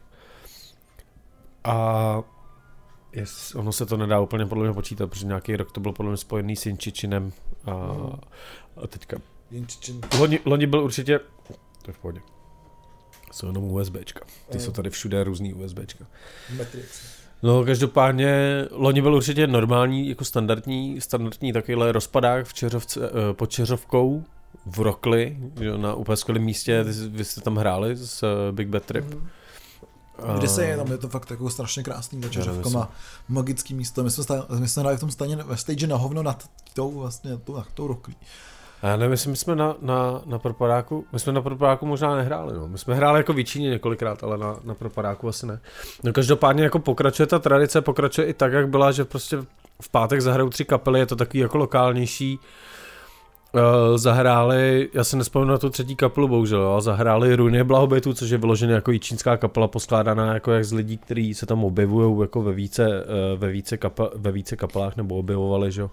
a jest, ono se to nedá úplně podle mě počítat, protože nějaký rok to bylo podle mě spojený s Jinčičinem a, a teďka loni, loni byl určitě, to je v pohodě, jsou jenom USBčka, ty jsou tady všude různý USBčka. Matrix. No, každopádně loni byl určitě normální, jako standardní, standardní takovýhle rozpadák v Čeřovce, pod Čeřovkou v Rokli, na úplně skvělém místě, vy jste tam hráli s Big Bad Trip. Mm-hmm. Kde se je, tam je to fakt jako strašně krásný, ta Čeřovka má magický místo, my jsme, stá, my jsme hráli v tom staně, ve stage na hovno nad tou vlastně, tou, tou Roklí. Já nevím, jestli my jsme na, na, na Propadáku, my jsme na Propadáku možná nehráli, no. My jsme hráli jako v Číně několikrát, ale na, na Propadáku asi ne. No každopádně jako pokračuje ta tradice, pokračuje i tak, jak byla, že prostě v pátek zahrajou tři kapely, je to takový jako lokálnější, Uh, zahráli, já se nespomínám na tu třetí kapelu, bohužel, jo, zahráli Ruiny blahobytu, což je vyloženě jako i čínská kapela poskládaná jako jak z lidí, kteří se tam objevují jako ve více, uh, ve více, kapel, ve více kapelách nebo objevovali, že jo.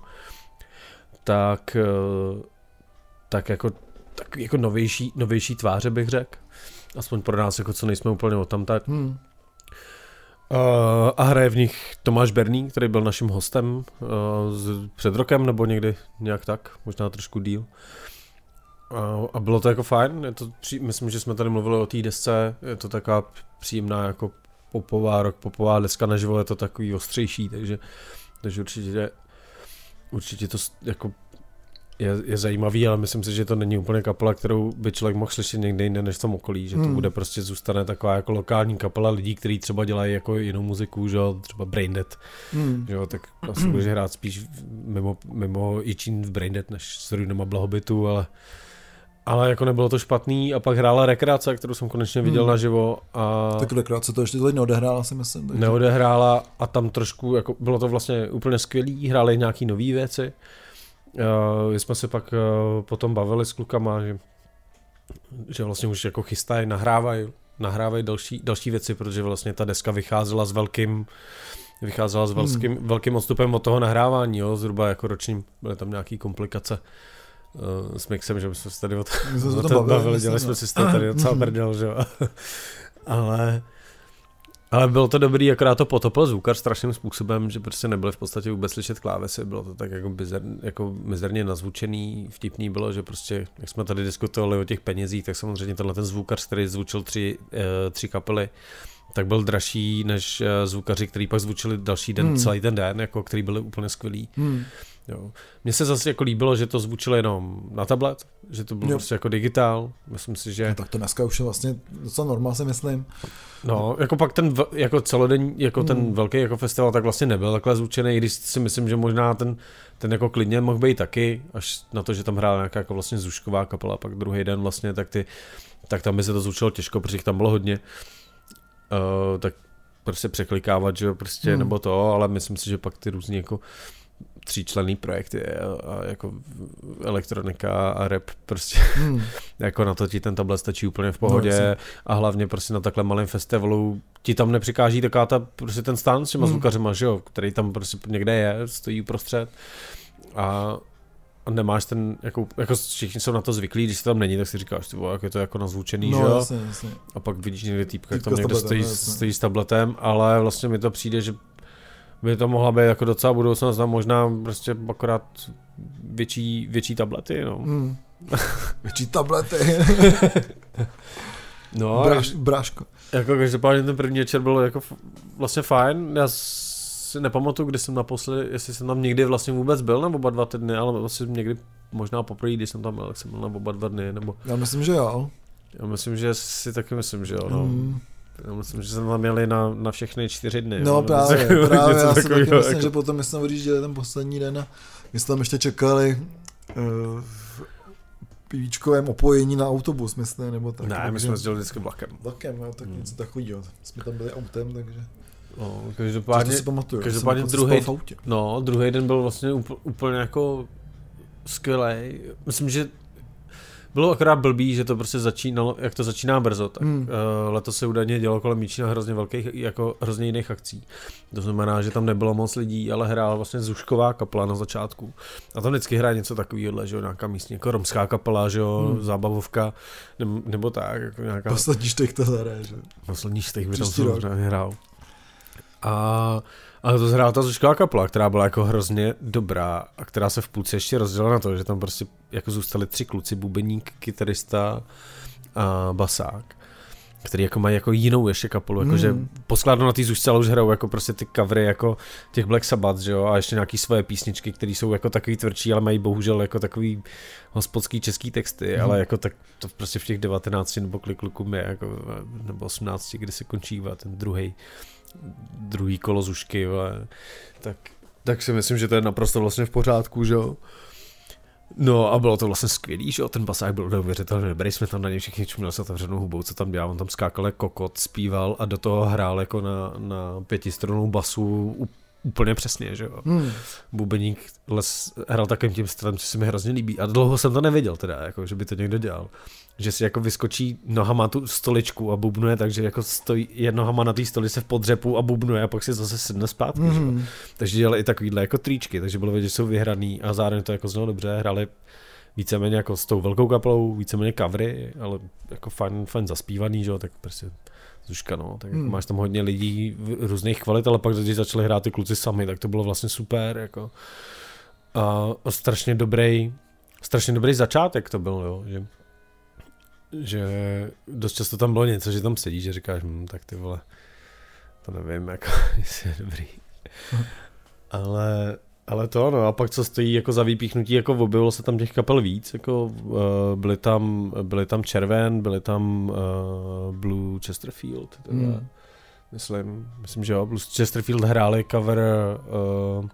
Tak, uh, tak jako, tak jako novější, novější tváře bych řekl. Aspoň pro nás, jako co nejsme úplně o tam tak. Hmm. Uh, a hraje v nich Tomáš Berný, který byl naším hostem uh, z, před rokem, nebo někdy nějak tak, možná trošku díl. Uh, a bylo to jako fajn, je to, myslím, že jsme tady mluvili o té desce, je to taková příjemná jako popová, rock popová deska naživo, je to takový ostřejší, takže, takže určitě, určitě to jako je, je zajímavý, ale myslím si, že to není úplně kapela, kterou by člověk mohl slyšet někde jinde než v tom okolí, že to hmm. bude prostě zůstane taková jako lokální kapela lidí, kteří třeba dělají jako jinou muziku, že jo, třeba Braindead, hmm. že jo, tak asi budeš hrát spíš mimo, mimo Jičín v Braindead než s Ruinama blahobytu, ale ale jako nebylo to špatný a pak hrála Rekreace, kterou jsem konečně viděl hmm. naživo. A tak Rekreace to ještě tohle neodehrála, si myslím. Takže... Neodehrála a tam trošku, jako bylo to vlastně úplně skvělý, hráli nějaký nový věci. Uh, jsme se pak uh, potom bavili s klukama, že, že vlastně už jako chystají, nahrávají, nahrávají další, další věci, protože vlastně ta deska vycházela s velkým, vycházela s velkým, hmm. velkým odstupem od toho nahrávání, jo, zhruba jako ročním, byly tam nějaký komplikace uh, s mixem, že jsme se tady o to bavili, dělali jsme si tady docela brdel, že jo, ale... Ale bylo to dobrý, akorát to potopil zvukař strašným způsobem, že prostě nebyly v podstatě vůbec slyšet klávesy, bylo to tak jako, bizer, jako mizerně nazvučený, vtipný bylo, že prostě, jak jsme tady diskutovali o těch penězích, tak samozřejmě tenhle ten zvukař, který zvučil tři, tři kapely, tak byl dražší než zvukaři, který pak zvučili další den, hmm. celý ten den, jako, který byli úplně skvělý. Hmm. Jo. Mně se zase jako líbilo, že to zvučilo jenom na tablet, že to bylo jo. prostě jako digitál, myslím si, že... No, tak to dneska už je vlastně docela normál, si myslím. No, jako pak ten jako celodenní, jako hmm. ten velký jako festival tak vlastně nebyl takhle zvučený, i když si myslím, že možná ten, ten jako klidně mohl být taky, až na to, že tam hrála nějaká jako vlastně zvušková kapela, pak druhý den vlastně, tak ty, tak tam by se to zvučilo těžko, protože tam bylo hodně, uh, tak prostě překlikávat, že jo, prostě, hmm. nebo to, ale myslím si, že pak ty různý jako tříčlenný projekty a, a jako elektronika a rap prostě hmm. jako na to ti ten tablet stačí úplně v pohodě no, a hlavně prostě na takhle malém festivalu ti tam nepřikáží taková ta, prostě ten stán s těma hmm. zvukařema, že jo, který tam prostě někde je, stojí uprostřed a, a nemáš ten, jako, jako všichni jsou na to zvyklí, když se tam není, tak si říkáš, ty jak je to jako nazvučený, no, že jo, jasně, jasně. A pak vidíš někde týpka, jak tam někde stojí, no, stojí s tabletem, ale vlastně mi to přijde, že by to mohla být jako docela budoucnost a možná prostě akorát větší, větší tablety, no. Mm. Větší tablety. No, Bráš, bráško. Jako každopádně ten první večer byl jako vlastně fajn, já si nepamatuju, kdy jsem naposledy, jestli jsem tam někdy vlastně vůbec byl na oba dva týdny, ale vlastně někdy možná poprvé, když jsem tam byl, tak jsem byl na oba dva dny, nebo... Já myslím, že jo. Já myslím, že si taky myslím, že jo, no. Mm. Já myslím, že jsme tam měli na, na všechny čtyři dny. No právě, něco, právě, něco já si taky myslím, jako... že potom my jsme odjížděli ten poslední den a my jsme tam ještě čekali uh, v pivíčkovém opojení na autobus, myslím, nebo tak. Ne, my jsme jezdili vždycky vlakem. Vlakem, jo, tak hmm. něco takového. Jsme tam byli autem, takže... No, každopádně, si pamatuju, každopádně druhý, no, druhý den byl vlastně úplně jako skvělej. Myslím, že bylo akorát blbý, že to prostě začínalo, jak to začíná brzo, tak hmm. uh, letos se údajně dělo kolem Míčína hrozně velkých, jako hrozně jiných akcí. To znamená, že tam nebylo moc lidí, ale hrála vlastně zušková kapela na začátku. A to vždycky hraje něco takového, že jo, nějaká místní, jako romská kapela, že jo, hmm. zábavovka, nebo, nebo tak, jako nějaká... Poslední štych to hraje, že? Poslední štych by tam samozřejmě hrál. A... Ale to zhrála ta zušková kapela, která byla jako hrozně dobrá a která se v půlce ještě rozdělila na to, že tam prostě jako zůstali tři kluci, bubeník, kytarista a basák, který jako mají jako jinou ještě kapelu, mm. jakože poskládanou na té zušce, ale už hrajou jako prostě ty covery jako těch Black Sabbath, že jo, a ještě nějaký svoje písničky, které jsou jako takový tvrdší, ale mají bohužel jako takový hospodský český texty, mm. ale jako tak to prostě v těch devatenácti nebo kolik klukům je, jako, nebo osmnácti, kdy se končí ten druhý druhý kolo zušky, ale, tak, tak si myslím, že to je naprosto vlastně v pořádku, že jo. No a bylo to vlastně skvělý, že jo, ten basák byl neuvěřitelně dobrý, jsme tam na něj všichni čumili s otevřenou hubou, co tam dělal, on tam skákal jako kokot, zpíval a do toho hrál jako na, na pětistrunnou basu úplně přesně, že jo. Hmm. Bubeník les hrál takovým tím stylem, co se mi hrozně líbí. A dlouho jsem to neviděl teda, jako, že by to někdo dělal. Že si jako vyskočí nohama tu stoličku a bubnuje, takže jako stojí je nohama na té stolice v podřepu a bubnuje a pak si zase sedne zpátky. Mm. Že? Takže dělali i takovýhle jako tričky, takže bylo vidět, že jsou vyhraný a zároveň to jako znělo dobře, hráli víceméně jako s tou velkou kapelou, víceméně covery, ale jako fajn, fajn zaspívaný, že jo, tak prostě Zuška, no, tak hmm. máš tam hodně lidí různých kvalit, ale pak když začali hrát ty kluci sami, tak to bylo vlastně super, jako a, a strašně dobrý, strašně dobrý začátek to byl, jo, že, že dost často tam bylo něco, že tam sedíš, že říkáš, hm, tak ty vole, to nevím, jako, jestli je dobrý, hmm. ale Ale to no, a pak co stojí jako za vypíchnutí, jako objevilo se tam těch kapel víc, jako uh, byly tam, byly tam Červen, byly tam uh, Blue Chesterfield, teda, mm. myslím, myslím, že jo, Blue Chesterfield hráli cover uh,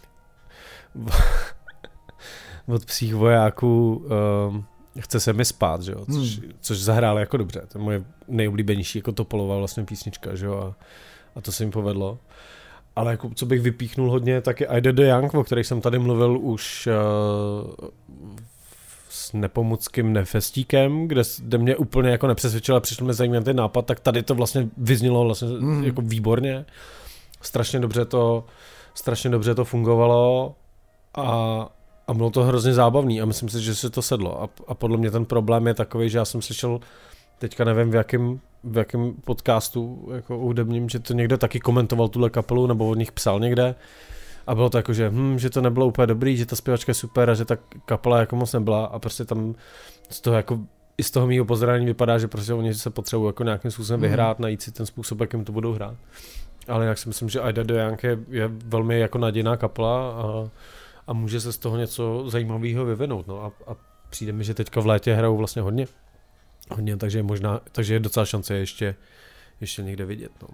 od Psích vojáků uh, Chce se mi spát, že jo, což, mm. což zahráli jako dobře, to je moje nejoblíbenější jako Topolová vlastně písnička, že jo, a, a to se jim povedlo. Ale jako, co bych vypíchnul hodně, tak je Ida the Young, o kterých jsem tady mluvil už uh, s Nepomuckým Nefestíkem, kde, kde mě úplně jako nepřesvědčil a přišel mi zajímavý ten nápad, tak tady to vlastně vyznělo vlastně mm. jako výborně. Strašně dobře to, strašně dobře to fungovalo a, a bylo to hrozně zábavný a myslím si, že se to sedlo. A, a podle mě ten problém je takový, že já jsem slyšel, teďka nevím v jakém v jakém podcastu jako hudebním, že to někdo taky komentoval tuhle kapelu nebo od nich psal někde a bylo to jako, že, hm, že to nebylo úplně dobrý, že ta zpěvačka je super a že ta kapela jako moc nebyla a prostě tam z toho jako i z toho mýho pozdravení vypadá, že prostě oni se potřebují jako nějakým způsobem vyhrát, najít si ten způsob, jakým to budou hrát. Ale jinak si myslím, že Ida the Young je, je velmi jako nadějná kapela a, a může se z toho něco zajímavého vyvinout. No a, a přijde mi, že teďka v létě hrajou vlastně hodně. Hodně, takže je možná, takže je docela šance ještě, ještě někde vidět, no.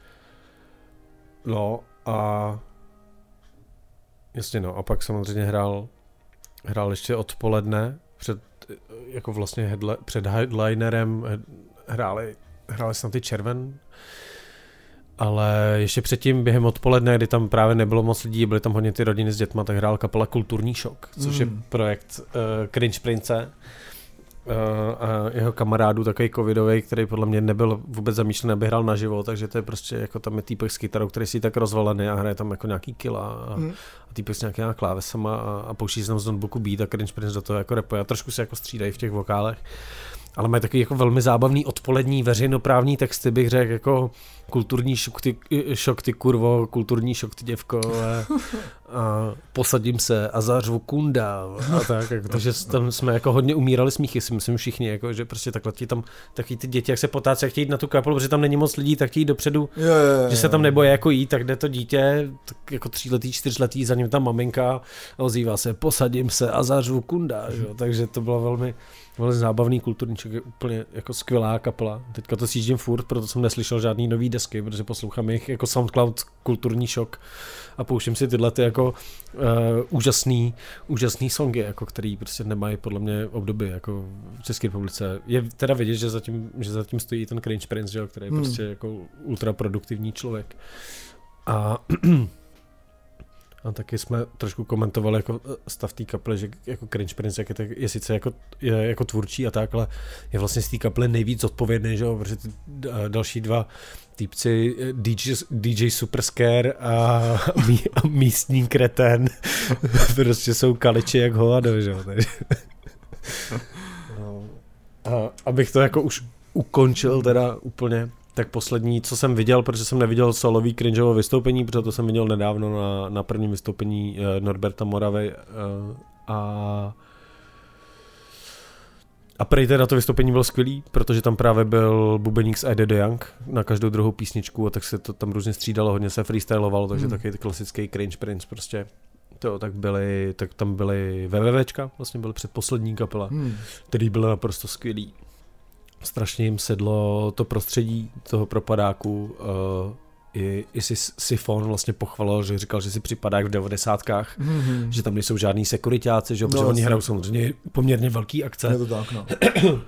No a jasně no, a pak samozřejmě hrál, hrál ještě odpoledne, před, jako vlastně headle, před headlinerem hráli, hráli snad ty Červen, ale ještě předtím během odpoledne, kdy tam právě nebylo moc lidí, byly tam hodně ty rodiny s dětma, tak hrál kapela Kulturní šok, což mm. je projekt uh, Cringe Prince, a jeho kamarádu takový covidový, který podle mě nebyl vůbec zamýšlený, aby hrál naživo, takže to je prostě jako tam je týpek s kytarou, který si tak rozvalený a hraje tam jako nějaký kila a, hmm. a týpek s nějakýma klávesama a, a pouští se tam z notebooku beat a Cringe Prince do toho jako rapuje a trošku se jako střídají v těch vokálech. Ale mají takový jako velmi zábavný odpolední veřejnoprávní texty, bych řekl, jako kulturní šok ty, šok ty kurvo, kulturní šok ty děvko a posadím se a zařvu kunda a tak, jako, takže tam jsme jako hodně umírali smíchy, si myslím všichni, jako, že prostě takhle ti tam taky ty děti, jak se potácí, jak chtějí jít na tu kapelu, protože tam není moc lidí, tak chtějí dopředu, jo, jo, jo, že se tam nebojí jako jít, tak jde to dítě, tak jako tříletý, čtyřletý, za ním tam maminka ozývá se, posadím se a zařvu kunda, že? Takže to bylo velmi velmi zábavný kulturníček, je úplně jako skvělá kapela. Teďka to sjíždím furt, proto jsem neslyšel žádný nový desky, protože poslouchám jich jako SoundCloud Kulturní šok a pouštím si tyhle ty jako uh, úžasný, úžasný songy, jako který prostě nemají podle mě obdoby jako v České republice. Je teda vidět, že zatím, že zatím stojí ten Cringe Prince, že jo, který je hmm. prostě jako ultraproduktivní člověk. A a taky jsme trošku komentovali jako stav té kaple, že jako Cringe Prince jak je, je sice jako, je jako tvůrčí a tak, ale je vlastně z té kaple nejvíc odpovědný, že jo, protože ty další dva týpci D J, D J Superscare a, mí, a místní kretén prostě jsou kaliči jak hovado, že jo, takže. No. A abych to jako už ukončil teda úplně, tak poslední, co jsem viděl, protože jsem neviděl solový cringeovo vystoupení, protože to jsem viděl nedávno na, na prvním vystoupení uh, Norberta Moravy uh, a a prej teda to vystoupení bylo skvělý, protože tam právě byl bubeník z Ida the Young na každou druhou písničku a tak se to tam různě střídalo, hodně se freestylovalo, takže hmm. taky klasický Cringe Prince prostě. To, tak byly, tak tam byly VVVčka, vlastně byly předposlední kapela, hmm. který byly naprosto skvělý. Strašně jim sedlo to prostředí toho propadáku. Uh, i, i si Sifon vlastně pochvalil, že říkal, že si připadá jak v devadesátkách, mm-hmm. že tam nejsou žádný sekuritáci, že no, protože oni hrajou samozřejmě poměrně velký akce. Je to tak, no.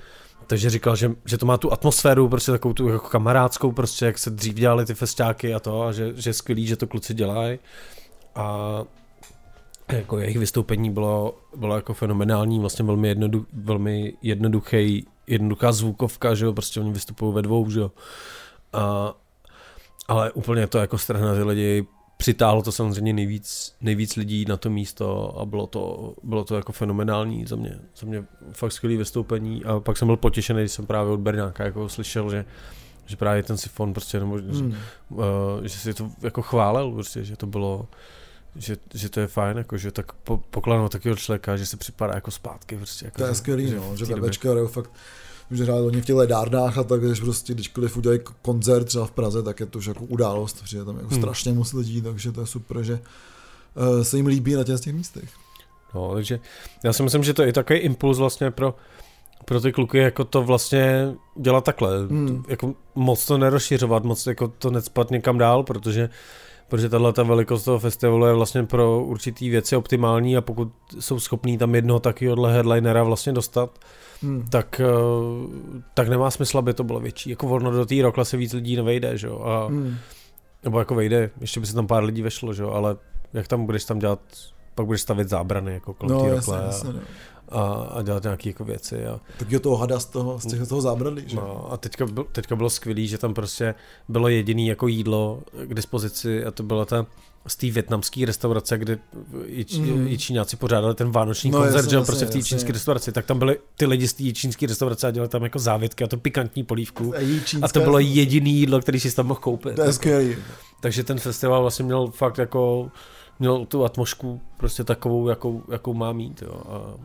takže říkal, že, že to má tu atmosféru, prostě takovou tu jako kamarádskou, prostě jak se dřív dělali ty festiáky a to, a že, že je skvělý, že to kluci dělají. A jako jejich vystoupení bylo, bylo jako fenomenální, vlastně velmi, jednodu, velmi jednoduchý, jednoduchá zvukovka, že jo, prostě oni vystupují ve dvou, že jo. A, ale úplně to jako strhne ty lidi, přitáhlo to samozřejmě nejvíc, nejvíc lidí na to místo a bylo to, bylo to jako fenomenální za mě, za mě fakt skvělý vystoupení a pak jsem byl potěšený, když jsem právě od Berňáka jako slyšel, že, že právě ten Sifon prostě, nebo, hmm. že, uh, že si to jako chválil, prostě, že to bylo, že, že to je fajn, jako, že tak po, pokládnou takového člověka, že se připadá jako zpátky. Prostě, jako, to je skvělý, no, že Večka hrajou fakt, může hrát oni v těch ledárnách a tak, když prostě kdykoliv udělají koncert třeba v Praze, tak je to už jako událost, protože je tam jako hmm. strašně moc lidí, takže to je super, že uh, se jim líbí na těch, těch místech. No, takže já si myslím, že to je takový impuls vlastně pro, pro ty kluky, jako to vlastně dělat takhle, hmm. jako moc to nerozšiřovat, moc jako to necpat někam dál, protože protože tato velikost toho festivalu je vlastně pro určitý věci optimální a pokud jsou schopní tam jednoho takového headlinera vlastně dostat, hmm. tak, tak nemá smysl, aby to bylo větší. Jako ono do té Rockla se víc lidí nevejde, že jo, a hmm. nebo jako vejde, ještě by se tam pár lidí vešlo, že jo, ale jak tam budeš tam dělat, pak budeš stavit zábrany jako kolem no, té Rockle jasně, a, jasně, a, a dělat nějaké jako věci. A, tak je toho hada z toho, z těch, z toho zábradlí, že? No a teďka, teďka bylo skvělý, že tam prostě bylo jediný jako jídlo k dispozici a to byla ta z té vietnamské restaurace, kde i, mm. i Číňáci pořádali ten vánoční no, koncert, že prostě v té čínské restauraci, tak tam byli ty lidi z té čínské restaurace a dělali tam jako závitky a to pikantní polívku a, a to bylo jediný jídlo, který si tam mohl koupit. To je skvělý. Takže ten festival vlastně měl fakt jako, měl tu atmosféru prostě takovou, jakou, jakou má mít, jo. A,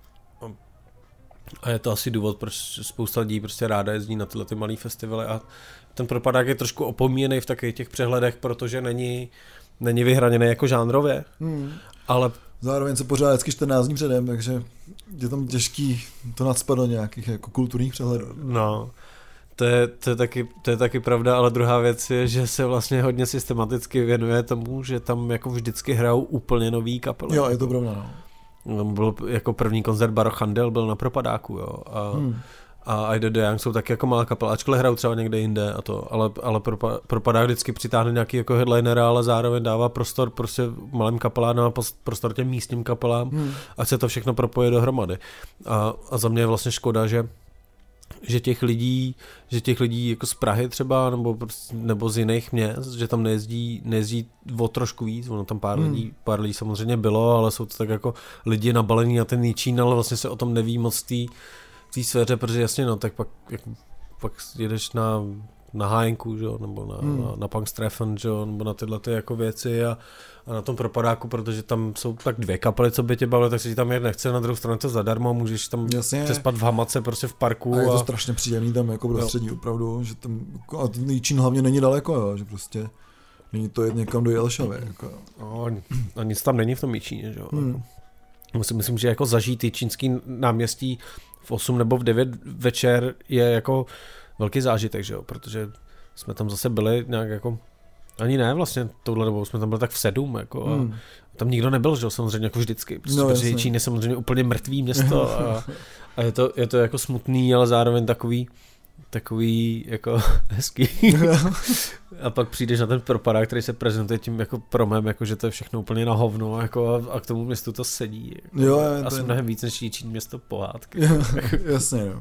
A je to asi důvod, proč spousta lidí prostě ráda jezdí na tyhle ty malý festivaly a ten Propadák je trošku opomíjený v takových těch přehledech, protože není, není vyhraněný jako žánrově, hmm. ale zároveň se pořád vždycky čtrnáct dní předem, takže je tam těžký to nacpat do nějakých jako kulturních přehledů. No, to je, to, je taky, to je taky pravda, ale druhá věc je, že se vlastně hodně systematicky věnuje tomu, že tam jako vždycky hrajou úplně nový kapely. Jo, je to pravda, no. Byl jako první koncert Baroch Handel byl na Propadáku, jo. A, hmm. a I D The Young jsou taky jako malá kapela, ačkoliv hrajou třeba někde jinde a to, ale, ale propa, Propadák vždycky přitáhne nějaký jako headlinera, ale zároveň dává prostor prostě malým kapelám a prostor těm místním kapelám, hmm. ať se to všechno propoje dohromady. A, a za mě je vlastně škoda, že že těch lidí, že těch lidí jako z Prahy třeba, nebo, nebo z jiných měst, že tam nejezdí, nejezdí o trošku víc, ono tam pár, hmm. lidí, pár lidí samozřejmě bylo, ale jsou to tak jako lidi nabalení na ten Jičín, ale vlastně se o tom neví moc v té sféře, protože jasně, no, tak pak, jako, pak jedeš na, na Hájenku, že, nebo na, hmm. na, na Punkstreffen, že, nebo na tyhle ty jako věci a, a na tom Propadáku, protože tam jsou tak dvě kapely, co by tě bavily, tak se ti tam jet nechce, na druhou stranu to zadarmo, můžeš tam jasně. přespat v hamace prostě v parku. A je to a... strašně příjemný tam jako prostředí, opravdu, že tam, a ten Jičín hlavně není daleko, jo, že prostě není to jet někam do Jelšavy. Jako. No, a nic tam není v tom Jičíně, že jo. Hmm. Myslím, myslím, že jako zažít Jičínský náměstí v osm nebo v devět večer je jako velký zážitek, že jo, protože jsme tam zase byli nějak jako ani ne vlastně, touhle dobou jsme tam byli tak v sedm, jako hmm. a tam nikdo nebyl, že jo, samozřejmě jako vždycky, prostě, no, protože Jičín je samozřejmě úplně mrtvý město a, a je, to, je to jako smutný, ale zároveň takový, takový jako hezký. A pak přijdeš na ten Propadák, který se prezentuje tím jako promem, jako že to je všechno úplně na hovno, jako a, a k tomu městu to sedí. Jako, jo, a jsem mnohem víc než Jičín město pohádky. Jasně, jo.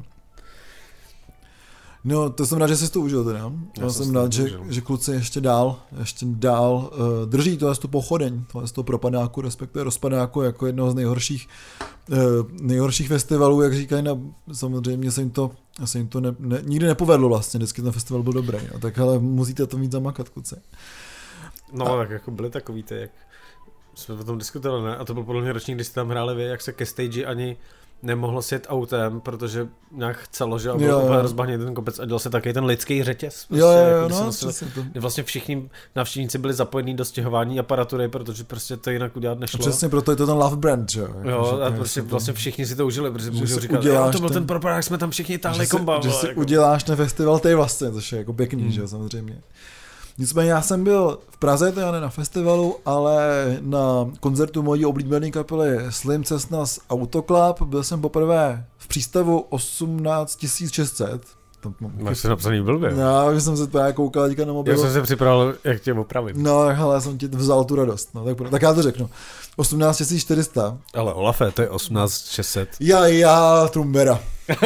No, to jsem rád, že jsi to užil teda. Já, Já jsem rád, že, že kluci ještě dál, ještě dál uh, drží tohle tu pochodeň, tohle toho Propadáku, respektive Rozpadáku jako jednoho z nejhorších, uh, nejhorších festivalů, jak říkají, na, samozřejmě se jim to, se jim to ne, ne, nikdy nepovedlo vlastně, vždycky ten festival byl dobrý, no, tak ale musíte to mít zamakat, kluci. No, a, tak jako byli takový ty, jak jsme o tom diskutovali, ne? A to byl podle mě ročník, když jste tam hráli vy, jak se ke stage ani nemohlo sjet autem, protože nějak chcelo, že byl úplně rozbahněný ten kopec a dělal se taky ten lidský řetěz. Prostě, jo, jo, jako, no, nosili, vlastně všichni návštěvníci byli zapojení do stěhování aparatury, protože prostě to jinak udělat nešlo. Přesně, proto je to ten love brand, že jo. Jo, a prostě vlastně všichni si to užili, protože můžou říkat, jo, to byl ten, ten Propadák, jsme tam všichni táhli komba. Že si jako. uděláš ten festival tej vlastně, což je jako pěkný, mm. že jo, samozřejmě. Nicméně já jsem byl v Praze, to já ne na festivalu, ale na koncertu mojí oblíbené kapely Slim Cessnas Autoclub. Byl jsem poprvé v přístavu osmnáct tisíc šest set. Máš se napsaný blbě. No, že jsem se právě koukal teďka na mobil. Já jsem se připravil, jak tě opravit. No, ale já jsem ti vzal tu radost. No, tak, tak já to řeknu. osmnáct tisíc čtyři sta. Ale Olafe, to je osmnáct tisíc šest set. Já, já, Trumbera.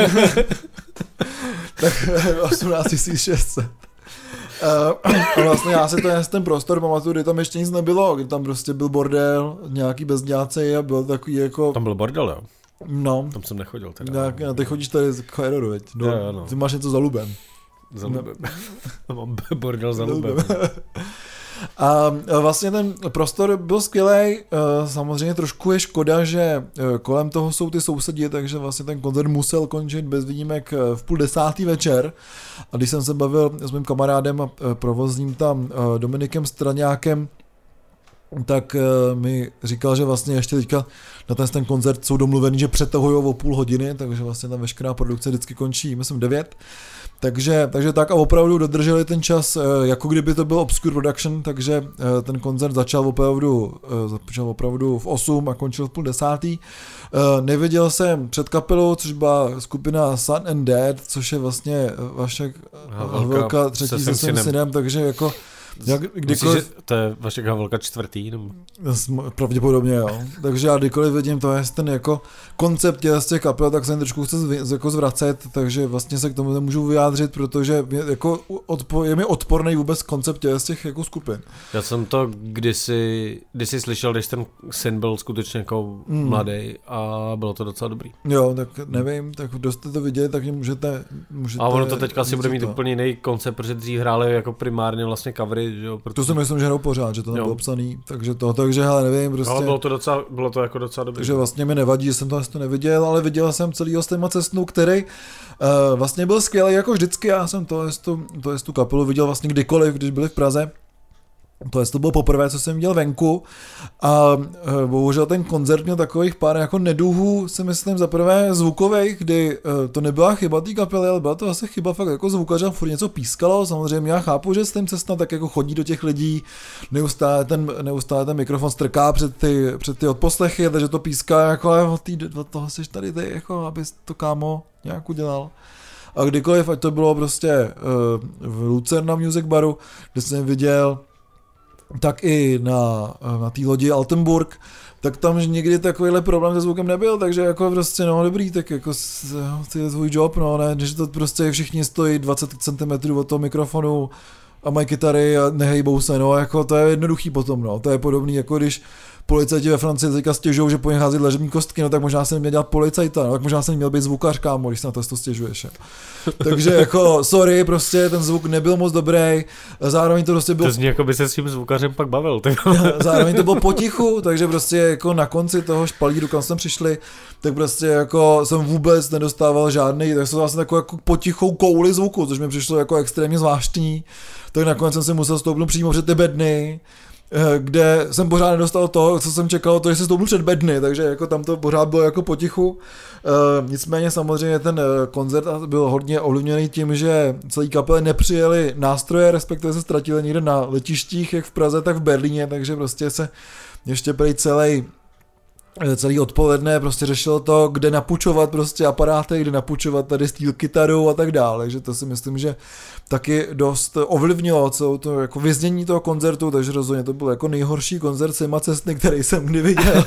Tak osmnáct tisíc šest set. Uh, a vlastně já si to jen ten prostor pamatuju, kdy tam ještě nic nebylo, kdy tam prostě byl bordel, nějaký bezděláci a byl takový jako... Tam byl bordel, jo? No. Tam jsem nechodil teda. Tak, no, ty chodíš tady k Erodu, veď? No, jo, jo, no. Ty máš něco za Lubem. Za Lubem. Mám bordel za Lubem. A vlastně ten prostor byl skvělý, samozřejmě trošku je škoda, že kolem toho jsou ty sousedi, takže vlastně ten koncert musel končit bez výjimek v půl desátý večer. A když jsem se bavil s mým kamarádem a provozním tam Dominikem Straňákem, tak mi říkal, že vlastně ještě teďka na ten, ten koncert jsou domluvený, že přetahujou o půl hodiny, takže vlastně tam veškerá produkce vždycky končí, myslím, devět. Takže, takže tak a opravdu dodrželi ten čas, jako kdyby to byl Obscure Production, takže ten koncert začal opravdu, začal opravdu v osm a končil v půl desátý. Neviděl jsem před kapelou třeba skupina Sun and Dead, což je vlastně Vašek Havelka třetí se svým synem. synem, takže jako jak, kdykoliv... Myslíš, že to je Vašek Havelka čtvrtý? Nebo... Pravděpodobně jo. Takže já kdykoliv vidím to je ten jako koncept z těch kapel, tak se jim trošku chce zv, jako zvracet, takže vlastně se k tomu nemůžu vyjádřit, protože je, jako odpo, je mi odporný vůbec koncept z těch jako skupin. Já jsem to kdysi, kdysi slyšel, když ten syn byl skutečně jako mm. mladý a bylo to docela dobrý. Jo, tak nevím, tak kdo jste to viděli, tak můžete... můžete a ono to teďka si bude mít to. úplně jiný koncept, protože dřív hráli jako primárně vlastně covery. Jo, protože... To si myslím, že hrajou pořád, že to nebylo psaný, takže to, takže hele, nevím, prostě. Ale bylo to docela, bylo to jako docela dobrý. Takže vlastně mi nevadí, že jsem to asi neviděl, ale viděl jsem celýho Slima Cessnu, který uh, vlastně byl skvělý jako vždycky, já jsem to jest tu, to jest tu kapelu viděl vlastně kdykoliv, když byli v Praze. To jest to bylo poprvé, co jsem viděl venku a e, bohužel ten koncert měl takových pár jako neduhů, si myslím, za prvé zvukových, kdy e, to nebyla chyba té kapely, ale byla to asi chyba fakt jako zvukaře, furt něco pískalo, samozřejmě já chápu, že s tím Cessna tak jako chodí do těch lidí, neustále ten, neustále ten mikrofon strká před ty, před ty odposlechy, takže to píská jako, ale od, tý, od toho jsi tady ty, jako, abys to kámo nějak udělal. A kdykoliv, ať to bylo prostě e, v Lucerna Music Baru, kde jsem viděl tak i na, na té lodi Altenburg, tak tam někdy takovýhle problém se zvukem nebyl, takže jako prostě no dobrý, tak jako to je tvůj job, no ne, když to prostě všichni stojí dvacet centimetrů od toho mikrofonu a mají kytary a nehejbou se, no jako to je jednoduchý potom, no, to je podobný jako když policajti ve Francii teďka stěžují, že po ně hází dlažební kostky, no tak možná se neměl dělat policajta, no tak možná se neměl být zvukař, kámo, když se na to, to stěžuješ. Takže jako, sorry, prostě ten zvuk nebyl moc dobrý, zároveň to prostě bylo... To zní, jako by se s tím zvukařem pak bavil. Zároveň to bylo potichu, takže prostě jako na konci toho špalíru, kam jsme přišli, tak prostě jako jsem vůbec nedostával žádný, tak jsem vlastně takovou jako potichou kouli zvuku, což mi přišlo jako extrémně zvláštní, tak nakonec jsem si musel stoupnout přímo před ty bedny, kde jsem pořád nedostal to, co jsem čekal, to, že se stoupnu před bedny, takže jako tam to pořád bylo jako potichu. E, nicméně samozřejmě ten koncert byl hodně ovlivněný tím, že celý kapely nepřijeli nástroje, respektive se ztratili někde na letištích, jak v Praze, tak v Berlíně, takže prostě se ještě prej celý celý odpoledne prostě řešilo to, kde napůjčovat prostě aparáty, kde napůjčovat tady steel kytaru a tak dále, takže to si myslím, že taky dost ovlivnilo celou to jako vyznění toho koncertu, takže rozhodně to byl jako nejhorší koncert Slima Cessny, který jsem kdy viděl.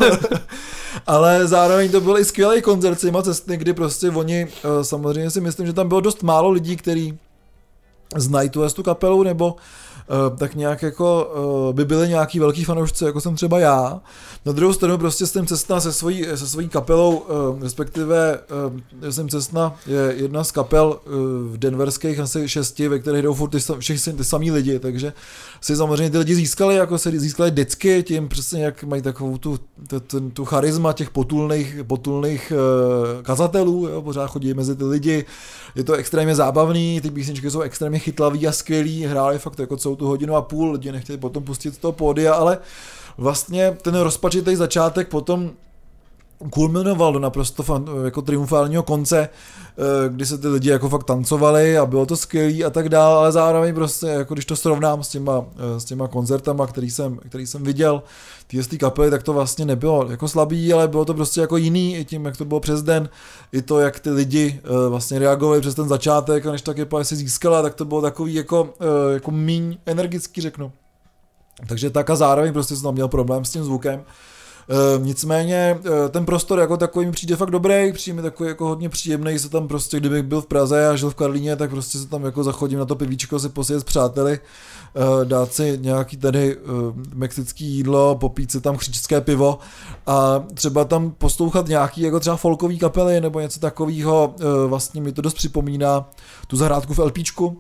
Ale zároveň to byl i skvělý koncert Slima Cessny, kdy prostě oni, samozřejmě si myslím, že tam bylo dost málo lidí, kteří znají tu, tu kapelu, nebo Uh, tak nějak jako uh, by byli nějaký velký fanoušci, jako jsem třeba já. Na druhou stranu prostě Slim Cessna se svojí, se svojí kapelou, uh, respektive uh, Slim Cessna je jedna z kapel uh, v denverských asi šesti, ve kterých jdou furt ty, všichni ty samý lidi, takže si samozřejmě ty lidi získali, jako se získali vždycky tím přesně jak mají takovou tu, tu, tu, tu charisma těch potulných, potulných uh, kazatelů, jo, pořád chodí mezi ty lidi, je to extrémně zábavný, ty písničky jsou extrémně chytlavý a skvělý, hráli fakt jako celou tu hodinu a půl, lidi nechtěli potom pustit z toho pódia, ale vlastně ten rozpačitý začátek potom kulminoval do naprosto fan, jako triumfálního konce, kdy se ty lidi jako fakt tancovali a bylo to skvělý a tak dále, ale zároveň prostě, jako když to srovnám s těma, s těma koncertama, který jsem, který jsem viděl, ty z té kapely, tak to vlastně nebylo jako slabý, ale bylo to prostě jako jiný, i tím, jak to bylo přes den, i to, jak ty lidi vlastně reagovali přes ten začátek a než ta kapela si získala, tak to bylo takový jako, jako míň energický, řeknu. Takže tak a zároveň prostě jsem tam měl problém s tím zvukem. E, nicméně e, ten prostor jako takový mi přijde fakt dobrý, přijde mi takový jako hodně příjemný, se tam prostě, kdybych byl v Praze a žil v Karlíně, tak prostě se tam jako zachodím na to pivíčko, si posjet s přáteli, e, dát si nějaký tady e, mexický jídlo, popít si tam chřičské pivo a třeba tam poslouchat nějaký jako třeba folkový kapely nebo něco takového, e, vlastně mi to dost připomíná tu zahrádku v LPčku.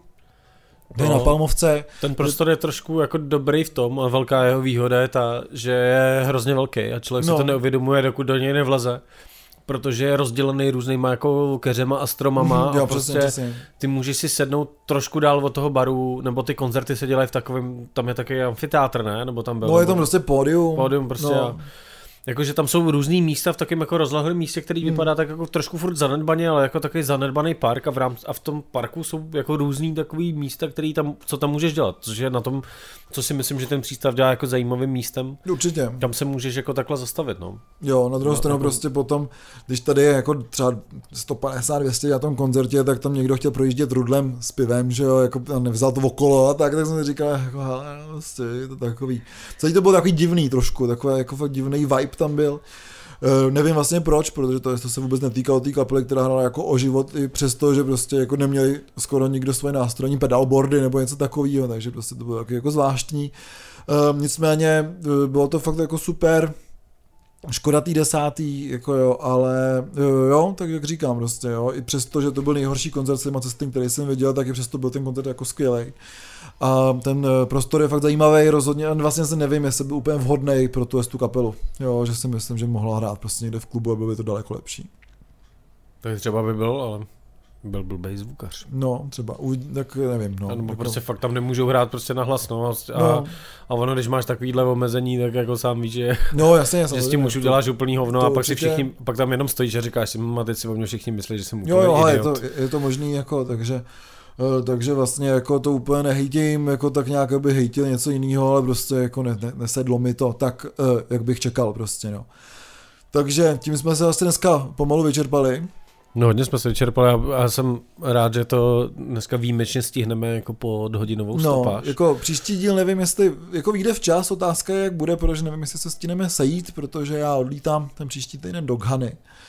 No, na Palmovce. Ten prostor je trošku jako dobrý v tom a velká jeho výhoda je ta, že je hrozně velký a člověk no. si to neuvědomuje, dokud do něj nevleze. Protože je rozdělený různýma jako keřema a stromama jo, a přesně, prostě přesně. ty můžeš si sednout trošku dál od toho baru, nebo ty koncerty se dělají v takovém, tam je taky amfiteátr, ne? Nebo tam byl. No je tam prostě pódium. Pódium prostě no. a jakože tam jsou různý místa v takovém jako rozlehlém místě, který hmm. vypadá tak jako trošku furt zanedbaně, ale jako takový zanedbaný park a v, rámci, a v tom parku jsou jako různý takový místa, který tam, co tam můžeš dělat, což je na tom, co si myslím, že ten přístav dělá jako zajímavým místem. Určitě. Tam se můžeš jako takhle zastavit, no. Jo, na druhou no, stranu jako... prostě potom, když tady je jako třeba sto padesát dvě stě na tom koncertě, tak tam někdo chtěl projíždět rudlem s pivem, že jo, jako nevzal to okolo a tak, tak jsem si říkal, jako hele, prostě je to takový. Celý to bylo takový divný trošku, takový jako fakt divný vibe tam byl. Uh, nevím vlastně proč, protože to, to se vůbec netýkalo té kapely, která hrála jako o život i přesto, že prostě jako neměli skoro nikdo svoje nástrojní pedalboardy nebo něco takového, takže prostě to bylo taky jako zvláštní. Uh, nicméně uh, bylo to fakt jako super, škoda tý desátý, jako jo, ale jo, jo, tak jak říkám prostě, jo, i přesto, že to byl nejhorší koncert s těma cesty, který jsem viděl, tak i přesto byl ten koncert jako skvělej. A ten prostor je fakt zajímavý, rozhodně, vlastně se nevím, jestli byl úplně vhodný pro tu, tu kapelu, jo, že si myslím, že mohla hrát prostě někde v klubu a bylo by to daleko lepší. Tak třeba by byl, ale byl blbej zvukař. No, třeba, tak nevím, no. A nebo jako... prostě fakt tam nemůžou hrát prostě na hlas, no, a, no. a ono, když máš takovýhle omezení, tak jako sám víš, že, no, jasně, jasně, že s tím už uděláš úplný hovno a pak určitě... si všichni, pak tam jenom stojíš a říkáš si, a teď si o mě všichni myslí, že jsem úplný jo, jo, idiot. Je to, je to možný, jako, takže takže vlastně jako to úplně nehejtím, jako tak nějak by hejtil něco jiného, ale prostě jako ne, ne, nesedlo mi to tak, jak bych čekal prostě, no. Takže tím jsme se vlastně dneska pomalu vyčerpali. No hodně jsme se vyčerpali a já jsem rád, že to dneska výjimečně stihneme jako pod hodinovou stopáž. No, jako příští díl nevím, jestli jako vyjde včas, otázka je, jak bude, protože nevím, jestli se stihneme sejít, protože já odlítám ten příští týden do Ghany.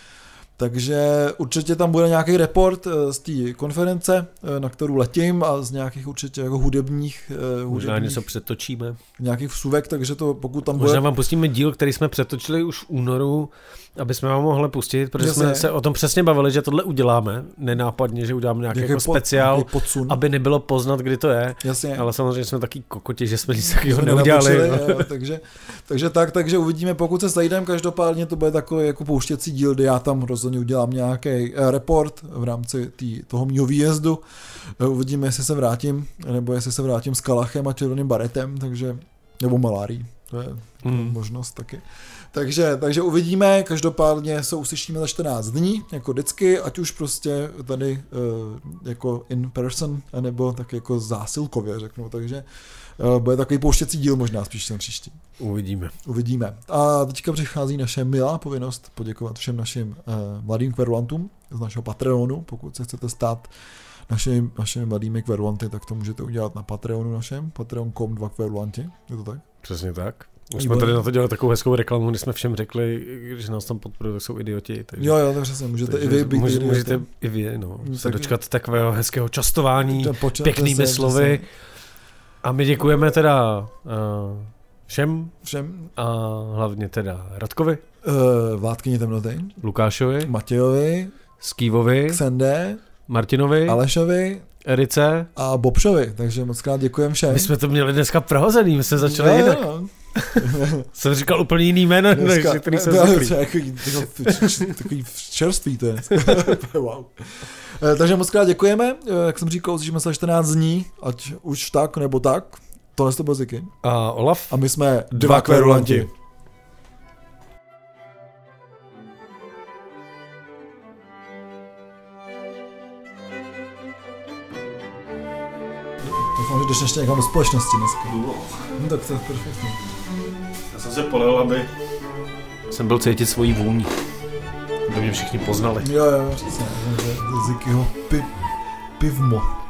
Takže určitě tam bude nějaký report z té konference, na kterou letím a z nějakých určitě jako hudebních, možná hudebních něco přetočíme. Nějakých vsuvek, takže to pokud tam bude... Možná vám pustíme díl, který jsme přetočili už v únoru, aby jsme vám mohli pustit, protože jsme se o tom přesně bavili, že tohle uděláme, nenápadně, že uděláme nějaký jako po, speciál, aby nebylo poznat, kdy to je. Jasně. Ale samozřejmě jsme taky kokoti, že jsme nic takového neudělali. Jo, takže, takže tak, takže uvidíme, pokud se sejdeme, každopádně to bude takový jako pouštěcí díl, kde já tam rozhodně udělám nějaký report v rámci tý, toho mýho výjezdu. Uvidíme, jestli se vrátím, nebo jestli se vrátím s kalachem a červeným baretem, takže, nebo malárií, to je mm. možnost taky. Takže, takže uvidíme, každopádně se uslyšíme za čtrnáct dní, jako vždycky, ať už prostě tady uh, jako in person, nebo tak jako zásilkově řeknu, takže uh, bude takový pouštěcí díl možná spíš ten příští. Uvidíme. Uvidíme. A teďka přichází naše milá povinnost poděkovat všem našim uh, mladým kverulantům z našeho Patreonu, pokud se chcete stát našimi, našimi mladými kverulanty, tak to můžete udělat na Patreonu našem, patreon tečka com dva kverulanti, je to tak? Přesně tak. Už jsme tady na to dělali takovou hezkou reklamu, kdy jsme všem řekli, že nás tam podporují, tak jsou idioti. Takže, jo, jo, tak přesně, můžete takže, i vy být můžete, můžete i vy, no, se tak, dočkat takového hezkého častování, poča- pěknými se, slovy. A my děkujeme teda uh, všem, všem a hlavně teda Radkovi, uh, Vládkyni temnoty, Lukášovi, Matějovi, Skývovi, Xende, Martinovi, Alešovi, Erice a Bobšovi, takže moc krát děkujeme všem. My jsme to měli dneska prohozený, my jsme začali no, jinak. No. Jsem říkal úplně jiný jméno, dneska, než který jsem no, zvyklý. Takový, takový čerství to je. Wow. Takže moc krát děkujeme, jak jsem říkal, uslyšíme se čtrnáct dní, ať už tak nebo tak. Tohle to byl Ziky. A Olaf. A my jsme dva kverulanti. Doufám, že jdeš ještě někam do společnosti dneska. Důvod. No tak to je perfektní. Já jsem se polil, aby jsem byl cítit svojí vůni. Aby mě všichni poznali. Jo, jo, přesně. Z Zikyho pi, pivmo.